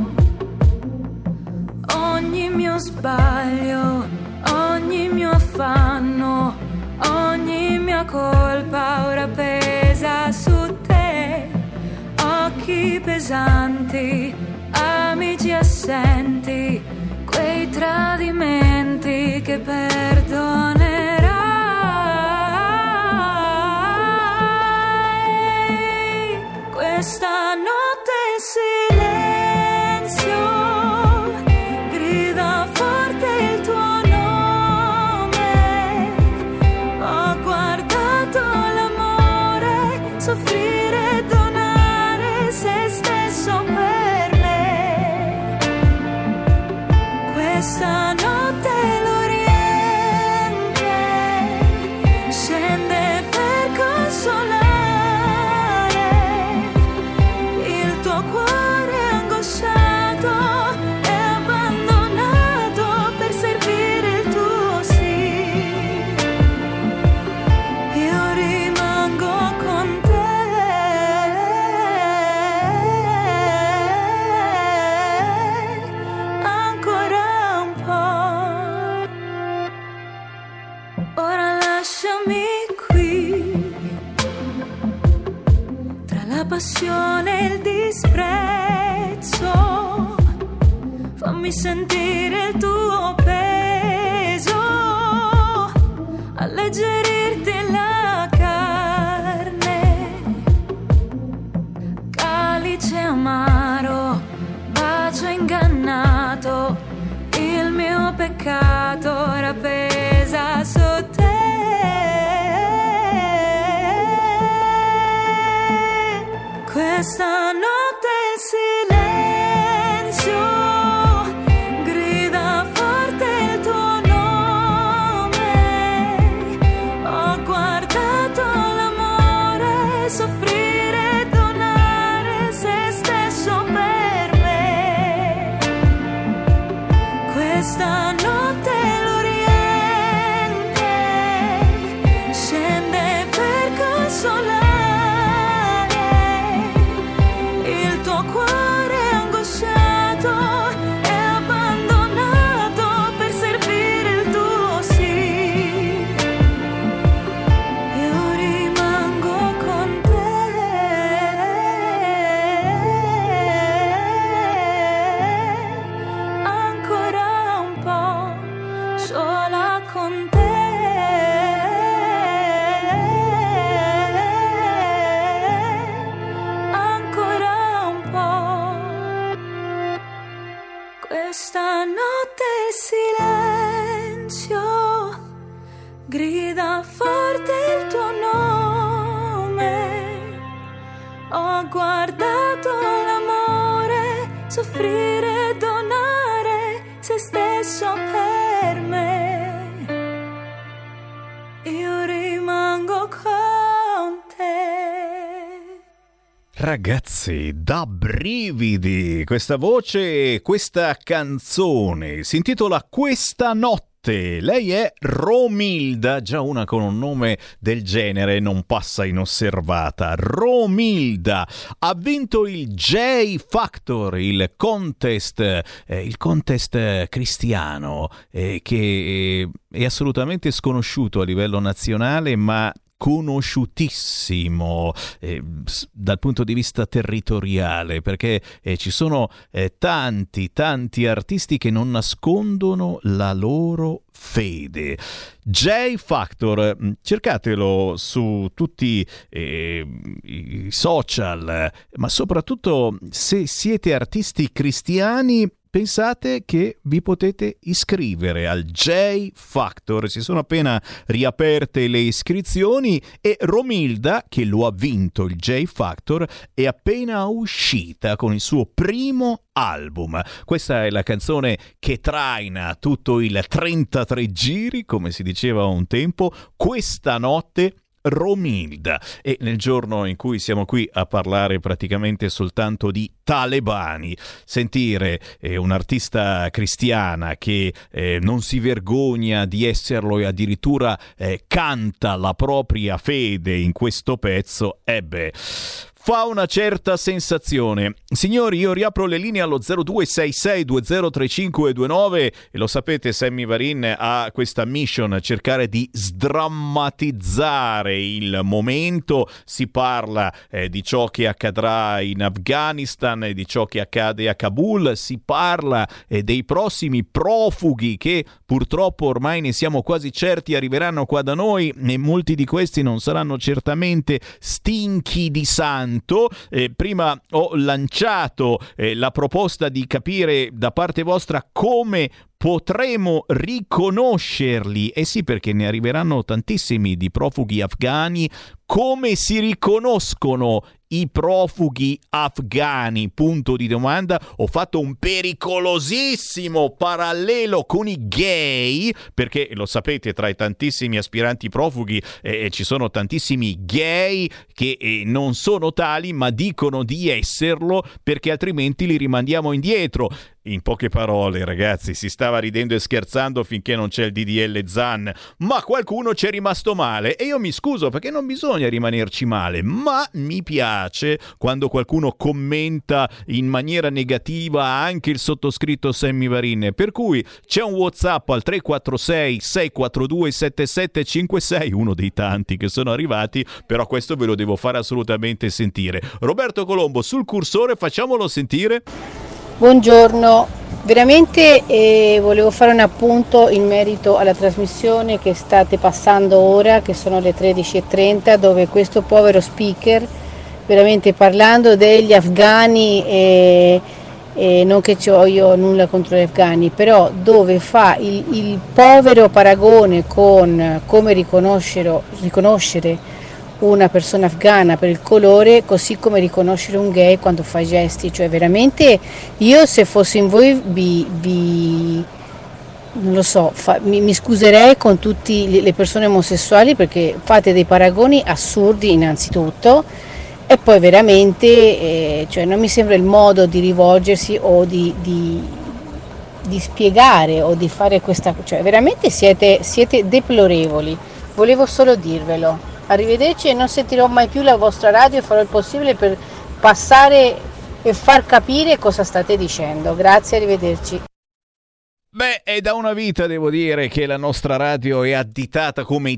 Ogni mio sbaglio, ogni mio affanno, ogni mia colpa ora pesa su te. Occhi pesanti, amici assenti, quei tradimenti che perdonerai. Questa notte in silenzio grida forte il tuo nome. Ho guardato l'amore soffrire e donare se stesso per me. Questa notte l'Oriente passione e il disprezzo. Fammi sentire il tuo peso, alleggerirti la carne. Calice amaro, bacio ingannato, il mio peccato ora pesa su te. Questa notte il silenzio grida forte il tuo nome. Ho guardato l'amore soffrire, donare se stesso per me. Questa notte l'Oriente scende per consolare il tuo cuore angosciato e abbandonato per servire il tuo sì. Io rimango con te, ancora un po' sola con te. Ancora un po'. Questa notte il silenzio grida forte il tuo nome. Ho guardato l'amore soffrire, donare se stesso per me. Io rimango con te. Ragazzi, da brividi, questa voce, questa canzone si intitola Questa notte. Lei è Romilda, già una con un nome del genere non passa inosservata. Romilda ha vinto il J Factor, il contest cristiano che è assolutamente sconosciuto a livello nazionale, ma conosciutissimo dal punto di vista territoriale, perché ci sono tanti artisti che non nascondono la loro fede. J Factor, cercatelo su tutti i social, ma soprattutto se siete artisti cristiani, pensate che vi potete iscrivere al J Factor. Si sono appena riaperte le iscrizioni e Romilda, che lo ha vinto il J Factor, è appena uscita con il suo primo album. Questa è la canzone che traina tutto il 33 giri, come si diceva un tempo, Questa notte Romilda. E nel giorno in cui siamo qui a parlare praticamente soltanto di talebani, sentire un'artista cristiana che non si vergogna di esserlo e addirittura canta la propria fede in questo pezzo, fa una certa sensazione. Signori, io riapro le linee allo 0266203529 e lo sapete, Sammy Varin ha questa mission, cercare di sdrammatizzare il momento. Si parla di ciò che accadrà in Afghanistan e di ciò che accade a Kabul, si parla dei prossimi profughi che purtroppo ormai ne siamo quasi certi arriveranno qua da noi, e molti di questi non saranno certamente stinchi di santo. Prima ho lanciato la proposta di capire da parte vostra come potremo riconoscerli. Sì, perché ne arriveranno tantissimi di profughi afghani. Come si riconoscono i profughi afghani? Punto di domanda. Ho fatto un pericolosissimo parallelo con i gay, perché lo sapete, tra i tantissimi aspiranti profughi ci sono tantissimi gay che non sono tali ma dicono di esserlo, perché altrimenti li rimandiamo indietro. In poche parole, ragazzi, si stava ridendo e scherzando finché non c'è il DDL Zan, ma qualcuno c'è rimasto male e io mi scuso perché non bisogna rimanerci male, ma mi piace quando qualcuno commenta in maniera negativa anche il sottoscritto Sammy Varin, per cui c'è un WhatsApp al 346 642 7756, uno dei tanti che sono arrivati, però questo ve lo devo fare assolutamente sentire. Roberto Colombo sul cursore, facciamolo sentire. Buongiorno, veramente volevo fare un appunto in merito alla trasmissione che state passando ora, che sono le 13:30, dove questo povero speaker, veramente parlando degli afghani, non che ho io nulla contro gli afghani, però dove fa il povero paragone con come riconoscere una persona afghana per il colore, così come riconoscere un gay quando fa gesti, cioè veramente io se fossi in voi non lo so, mi scuserei con tutte le persone omosessuali perché fate dei paragoni assurdi innanzitutto e poi veramente cioè non mi sembra il modo di rivolgersi o di spiegare o di fare questa, cioè veramente siete deplorevoli, volevo solo dirvelo. Arrivederci e non sentirò mai più la vostra radio e farò il possibile per passare e far capire cosa state dicendo. Grazie, arrivederci. Beh, è da una vita, devo dire, che la nostra radio è additata come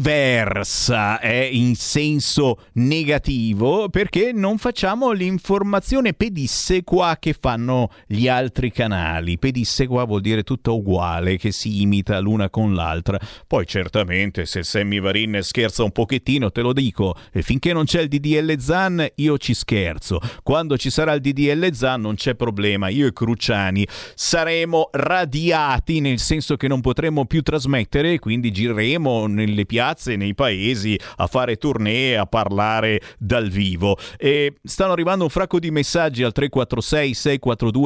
diversa, in senso negativo, perché non facciamo l'informazione pedissequa che fanno gli altri canali. Pedissequa vuol dire tutto uguale, che si imita l'una con l'altra. Poi certamente se Sammy Varin scherza un pochettino, te lo dico, e finché non c'è il DDL Zan io ci scherzo. Quando ci sarà il DDL Zan non c'è problema, io e Cruciani saremo radiati, nel senso che non potremo più trasmettere, quindi gireremo nelle piazze, nei paesi a fare tournée, a parlare dal vivo. E stanno arrivando un fracco di messaggi al 346 642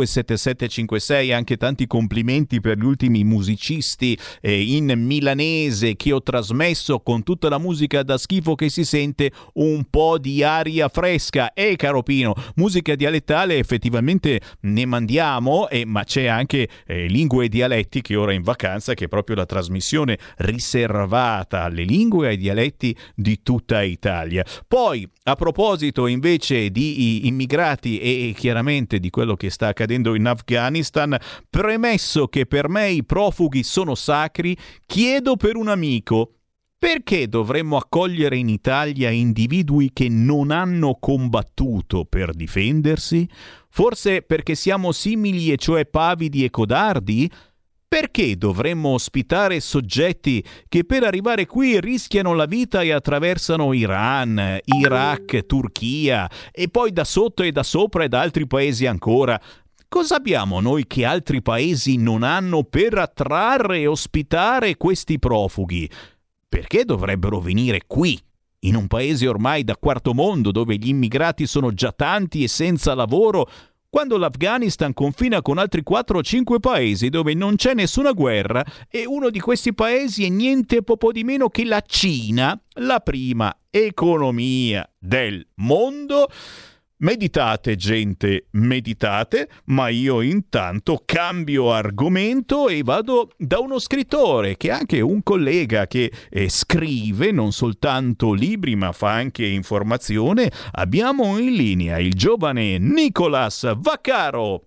7756, anche tanti complimenti per gli ultimi musicisti in milanese che ho trasmesso con tutta la musica da schifo che si sente, un po' di aria fresca. E caro Pino, musica dialettale effettivamente ne mandiamo, ma c'è anche lingue e dialetti, che ora in vacanza, che è proprio la trasmissione riservata alle lingue e ai dialetti di tutta Italia. Poi, a proposito invece di immigrati e chiaramente di quello che sta accadendo in Afghanistan, premesso che per me i profughi sono sacri, chiedo per un amico: perché dovremmo accogliere in Italia individui che non hanno combattuto per difendersi? Forse perché siamo simili, e cioè pavidi e codardi? Perché dovremmo ospitare soggetti che per arrivare qui rischiano la vita e attraversano Iran, Iraq, Turchia e poi da sotto e da sopra e da altri paesi ancora? Cosa abbiamo noi che altri paesi non hanno per attrarre e ospitare questi profughi? Perché dovrebbero venire qui, in un paese ormai da quarto mondo, dove gli immigrati sono già tanti e senza lavoro, quando l'Afghanistan confina con altri 4 o 5 paesi dove non c'è nessuna guerra, e uno di questi paesi è niente poco di meno che la Cina, la prima economia del mondo? Meditate, gente, meditate, ma io intanto cambio argomento e vado da uno scrittore che è anche un collega che scrive non soltanto libri ma fa anche informazione. Abbiamo in linea il giovane Nicolas Vaccaro.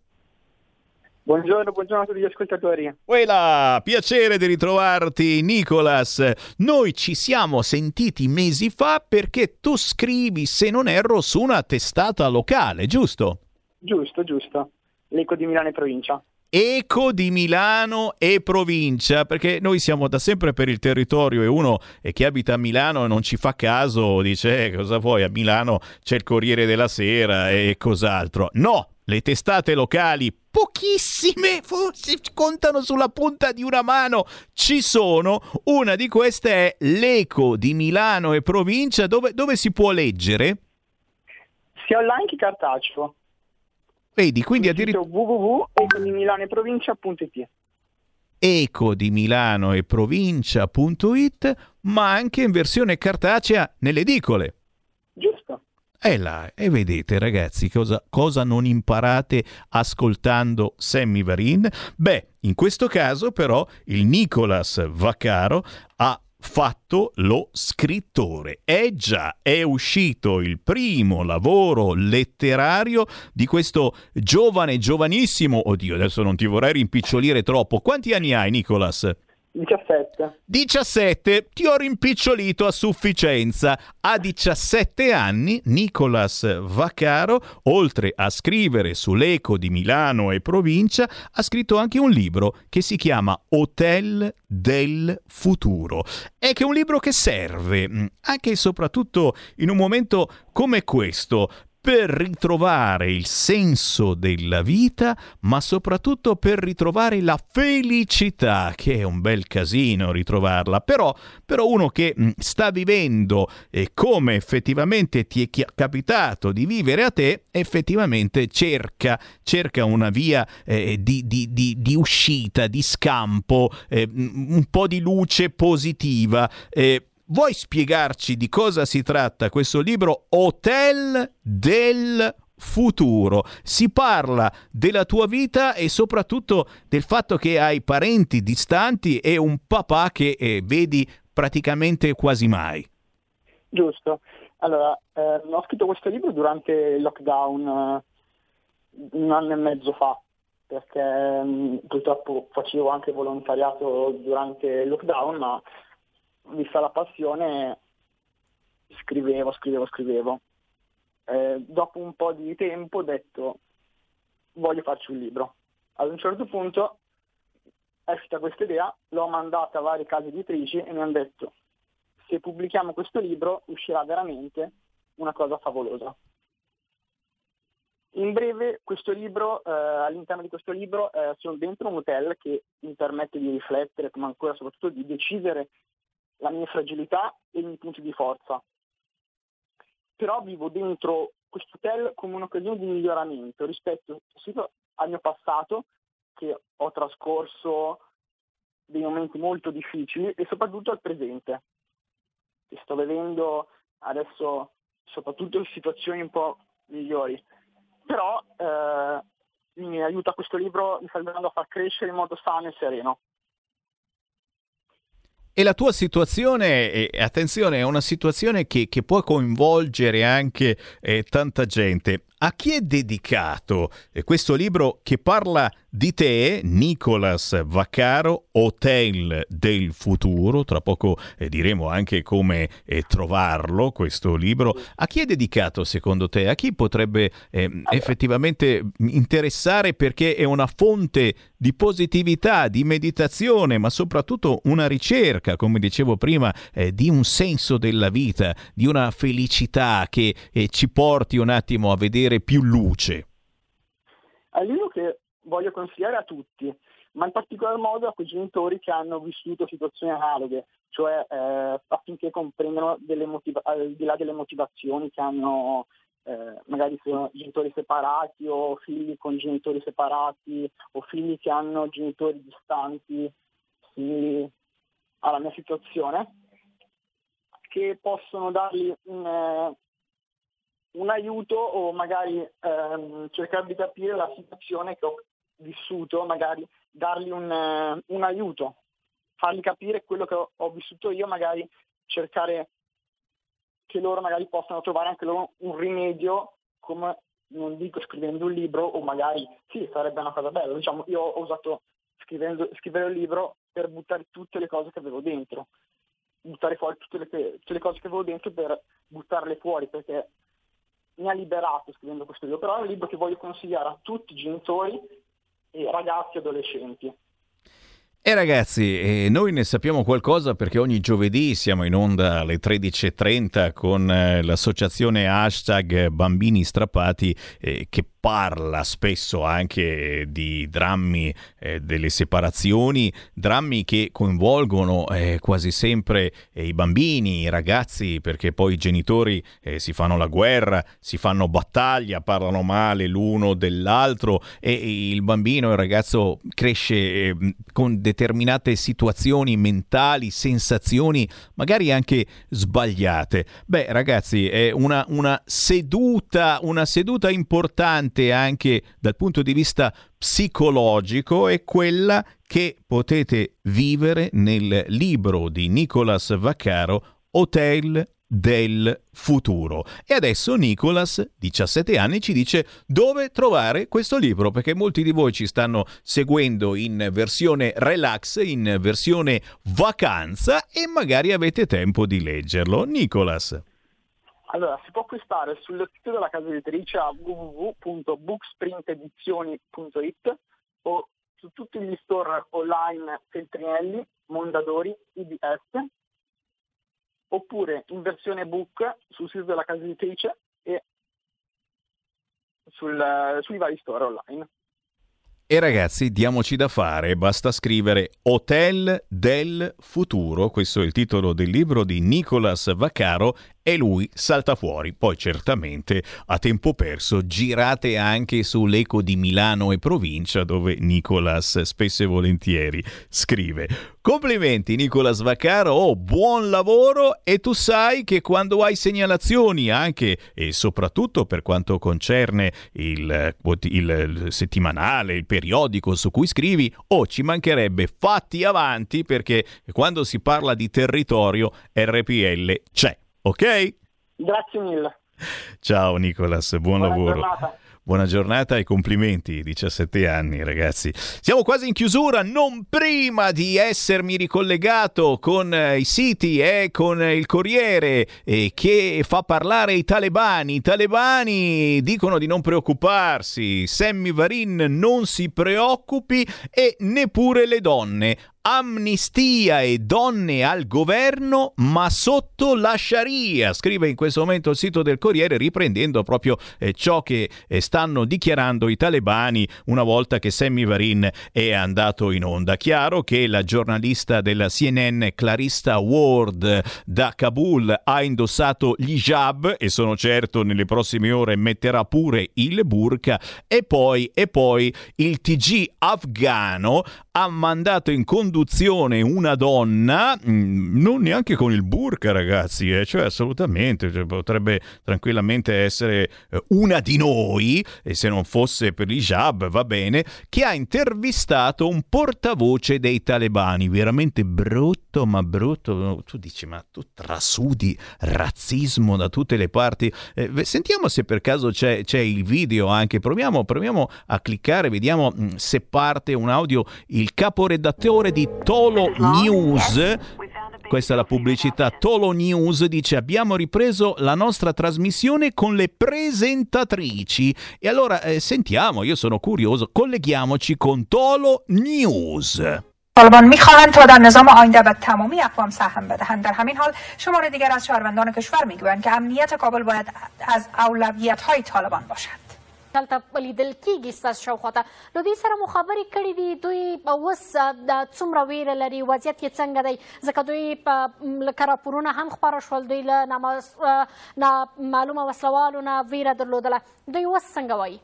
Buongiorno a tutti gli ascoltatori. Uela, piacere di ritrovarti Nicolas. Noi ci siamo sentiti mesi fa perché tu scrivi, se non erro, su una testata locale, giusto? Giusto. L'Eco di Milano e provincia. Eco di Milano e provincia, perché noi siamo da sempre per il territorio e uno che abita a Milano non ci fa caso, dice cosa vuoi, a Milano c'è il Corriere della Sera e cos'altro. No! Le testate locali, pochissime, forse contano sulla punta di una mano, ci sono. Una di queste è l'Eco di Milano e provincia. Dove si può leggere? Sia online che cartaceo. Vedi, quindi addirittura www.ecodimilanoeprovincia.it ecodimilanoeprovincia.it, ma anche in versione cartacea nelle edicole. Giusto. È là, e vedete ragazzi cosa non imparate ascoltando Sammy Varin? Beh, in questo caso però il Nicolas Vaccaro ha fatto lo scrittore. Già, è uscito il primo lavoro letterario di questo giovanissimo, oddio, adesso non ti vorrei rimpicciolire troppo. Quanti anni hai, Nicolas? 17, ti ho rimpicciolito a sufficienza. A 17 anni Nicolas Vaccaro, oltre a scrivere sull'eco di Milano e provincia, ha scritto anche un libro che si chiama Hotel del futuro. È che è un libro che serve anche e soprattutto in un momento come questo, per ritrovare il senso della vita, ma soprattutto per ritrovare la felicità, che è un bel casino ritrovarla. Però uno che sta vivendo come effettivamente ti è capitato di vivere a te, effettivamente cerca una via di uscita, di scampo, un po' di luce positiva. Vuoi spiegarci di cosa si tratta questo libro Hotel del futuro? Si parla della tua vita e soprattutto del fatto che hai parenti distanti e un papà che vedi praticamente quasi mai. Giusto. Allora, ho scritto questo libro durante il lockdown 1 anno e mezzo fa, perché purtroppo facevo anche volontariato durante il lockdown, ma vista la passione scrivevo. Dopo un po' di tempo ho detto voglio farci un libro. Ad un certo punto è uscita questa idea, l'ho mandata a varie case editrici e mi hanno detto se pubblichiamo questo libro uscirà veramente una cosa favolosa. In breve, questo libro, all'interno di questo libro sono dentro un hotel che mi permette di riflettere, ma ancora soprattutto di decidere la mia fragilità e i miei punti di forza. Però vivo dentro questo hotel come un'occasione di miglioramento rispetto al mio passato, che ho trascorso dei momenti molto difficili, e soprattutto al presente, che sto vivendo adesso soprattutto in situazioni un po' migliori. Però mi aiuta questo libro, mi sta aiutando a far crescere in modo sano e sereno. E la tua situazione, attenzione, è una situazione che può coinvolgere anche tanta gente. A chi è dedicato questo libro che parla di te, Nicolas Vaccaro, Hotel del futuro? Tra poco diremo anche come trovarlo, questo libro. A chi è dedicato secondo te? A chi potrebbe effettivamente interessare, perché è una fonte di positività, di meditazione, ma soprattutto una ricerca, come dicevo prima, di un senso della vita, di una felicità che ci porti un attimo a vedere più luce. È un libro che voglio consigliare a tutti, ma in particolar modo a quei genitori che hanno vissuto situazioni analoghe, cioè affinché comprendano al di là delle motivazioni che hanno, magari sono genitori separati o figli con genitori separati o figli che hanno genitori distanti, simili alla mia situazione, che possono dargli un aiuto o magari cercare di capire la situazione che ho vissuto, magari dargli un aiuto, fargli capire quello che ho vissuto io, magari cercare che loro magari possano trovare anche loro un rimedio, come non dico scrivendo un libro, o magari sì, sarebbe una cosa bella. Diciamo, io ho usato scrivere un libro per buttare tutte le cose che avevo dentro, buttare fuori tutte le cose che avevo dentro per buttarle fuori, perché mi ha liberato scrivendo questo libro. Però è un libro che voglio consigliare a tutti i genitori e ragazzi e adolescenti. E ragazzi, noi ne sappiamo qualcosa perché ogni giovedì siamo in onda alle 13.30 con l'associazione Hashtag Bambini Strappati, che parla spesso anche di drammi delle separazioni, drammi che coinvolgono quasi sempre i bambini, i ragazzi, perché poi i genitori si fanno la guerra, si fanno battaglia, parlano male l'uno dell'altro e il bambino, il ragazzo cresce con determinate situazioni mentali, sensazioni magari anche sbagliate. Beh, ragazzi, è una seduta importante anche dal punto di vista psicologico è quella che potete vivere nel libro di Nicolas Vaccaro, Hotel del futuro. E adesso Nicolas, 17 anni, ci dice dove trovare questo libro, perché molti di voi ci stanno seguendo in versione relax, in versione vacanza e magari avete tempo di leggerlo. Nicolas. Allora, si può acquistare sul sito della casa editrice a www.booksprintedizioni.it o su tutti gli store online Feltrinelli, Mondadori, IDS, oppure in versione book sul sito della casa editrice e sui vari store online. E ragazzi, diamoci da fare, basta scrivere Hotel del futuro, questo è il titolo del libro di Nicolas Vaccaro, e lui salta fuori. Poi certamente a tempo perso girate anche sull'Eco di Milano e provincia, dove Nicolas spesso e volentieri scrive. Complimenti Nicolas Vaccaro, buon lavoro, e tu sai che quando hai segnalazioni anche e soprattutto per quanto concerne il settimanale, il periodico su cui scrivi, ci mancherebbe, fatti avanti, perché quando si parla di territorio RPL c'è. Ok? Grazie mille. Ciao Nicolas, buon lavoro. Giornata. Buona giornata e complimenti, 17 anni ragazzi. Siamo quasi in chiusura, non prima di essermi ricollegato con i siti e con il Corriere che fa parlare i talebani. I talebani dicono di non preoccuparsi, Sammy Varin non si preoccupi e neppure le donne. Amnistia e donne al governo, ma sotto la Sharia, scrive in questo momento il sito del Corriere, riprendendo proprio ciò che stanno dichiarando i talebani una volta che Sammy Varin è andato in onda. Chiaro che la giornalista della CNN Clarissa Ward da Kabul ha indossato l'hijab e sono certo nelle prossime ore metterà pure il burqa, e poi il TG afghano ha mandato in conduzione una donna, non neanche con il burqa ragazzi, cioè assolutamente, potrebbe tranquillamente essere una di noi, e se non fosse per l'hijab va bene, che ha intervistato un portavoce dei talebani, veramente brutto, ma brutto. Tu dici, ma tu trasudi razzismo da tutte le parti. Sentiamo se per caso c'è il video anche, proviamo a cliccare, vediamo se parte un audio. Il caporedattore di Tolo News, questa è la pubblicità, Tolo News dice: abbiamo ripreso la nostra trasmissione con le presentatrici. E allora sentiamo, io sono curioso, colleghiamoci con Tolo News. طالبان می‌خواهند تا در نظام آینده به تمامی اقوام سهم بدهند. در همین حال شمار دیگر از شهروندان کشور می‌گویند که امنیت کابل باید از اولویت‌های طالبان باشد. دلته لیدل کېږي ستاسو شاوخواته نو دوی سره مو خبرې کړې دي، دوی اوس څومره ویره لري، وضعیت یې څنګه دی؟ ځکه دوی لکه راپورونه هم خپاره شول، دوی له نامعلومه وسلوالو نه ویره درلودله، دوی اوس څنګه وایي؟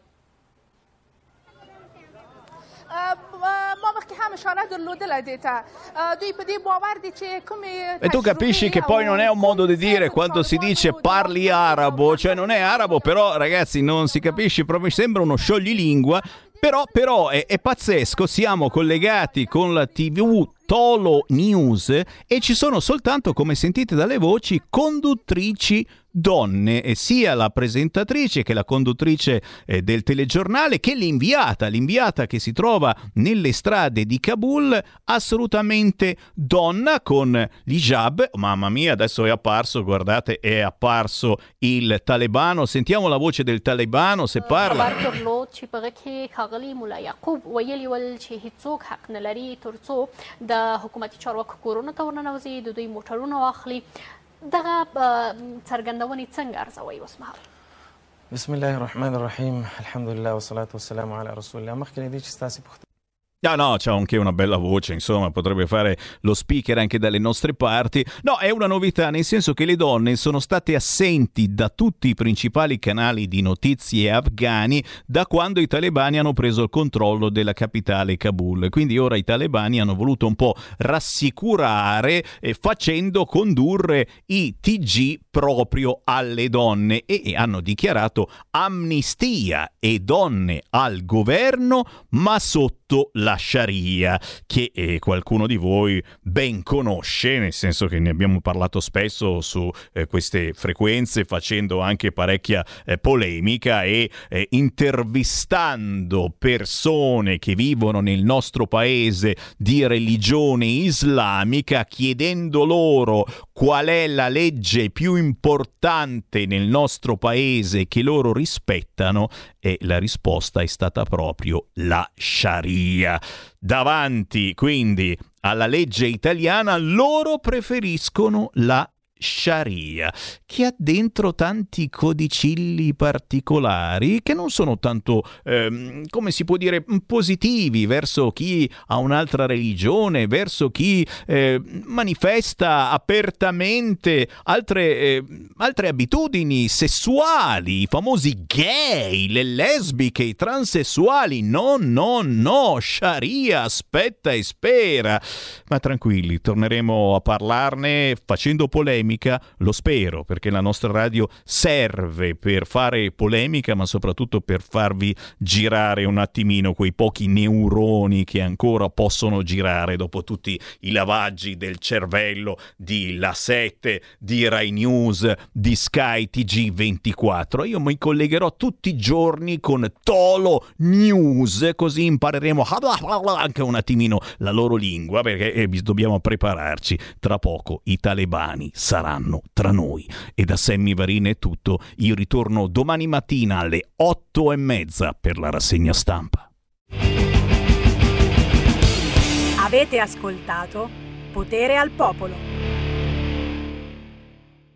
ما وقتی هم اشاره درلودله دیتا دوی په دې باور دي چې کومې. E tu capisci che poi non è un modo di dire quando si dice parli arabo, cioè non è arabo, però ragazzi non si capisce proprio, sembra uno scioglilingua, però è pazzesco. Siamo collegati con la TV Tolo News e ci sono soltanto, come sentite dalle voci, conduttrici donne, e sia la presentatrice che la conduttrice del telegiornale che l'inviata che si trova nelle strade di Kabul, assolutamente donna con l'hijab. Mamma mia, adesso è apparso, guardate, è apparso il talebano. Sentiamo la voce del talebano se parla. د حکومتي چارواکو کورونو ته ورننوځي، د دوی موټرونه واخلي. دغه څرګندونې څنګه ارزوئ اوس مهال؟ Bismillahirrahmanirrahim. Alhamdulillah wa salatu wa salamu ala rasulillah. No, c'ha anche una bella voce, insomma, potrebbe fare lo speaker anche dalle nostre parti. No, è una novità, nel senso che le donne sono state assenti da tutti i principali canali di notizie afghani da quando i talebani hanno preso il controllo della capitale Kabul. Quindi ora i talebani hanno voluto un po' rassicurare facendo condurre i TG proprio alle donne e hanno dichiarato amnistia e donne al governo, ma sotto la Sharia, che qualcuno di voi ben conosce, nel senso che ne abbiamo parlato spesso su queste frequenze, facendo anche parecchia polemica e intervistando persone che vivono nel nostro paese di religione islamica, chiedendo loro qual è la legge più importante nel nostro paese che loro rispettano, e la risposta è stata proprio la Sharia. Davanti quindi alla legge italiana loro preferiscono la Sharia, che ha dentro tanti codicilli particolari che non sono tanto, come si può dire, positivi verso chi ha un'altra religione, verso chi manifesta apertamente altre abitudini sessuali, i famosi gay, le lesbiche, i transessuali. No, Sharia, aspetta e spera. Ma tranquilli, torneremo a parlarne facendo polemica, lo spero, perché la nostra radio serve per fare polemica, ma soprattutto per farvi girare un attimino quei pochi neuroni che ancora possono girare dopo tutti i lavaggi del cervello di La 7, di Rai News, di Sky TG24. Io mi collegherò tutti i giorni con Tolo News, così impareremo anche un attimino la loro lingua, perché dobbiamo prepararci. Tra poco i talebani saranno tra noi. E da Sammy Varin è tutto. Io ritorno domani mattina alle 8:30 per la rassegna stampa. Avete ascoltato Potere al Popolo.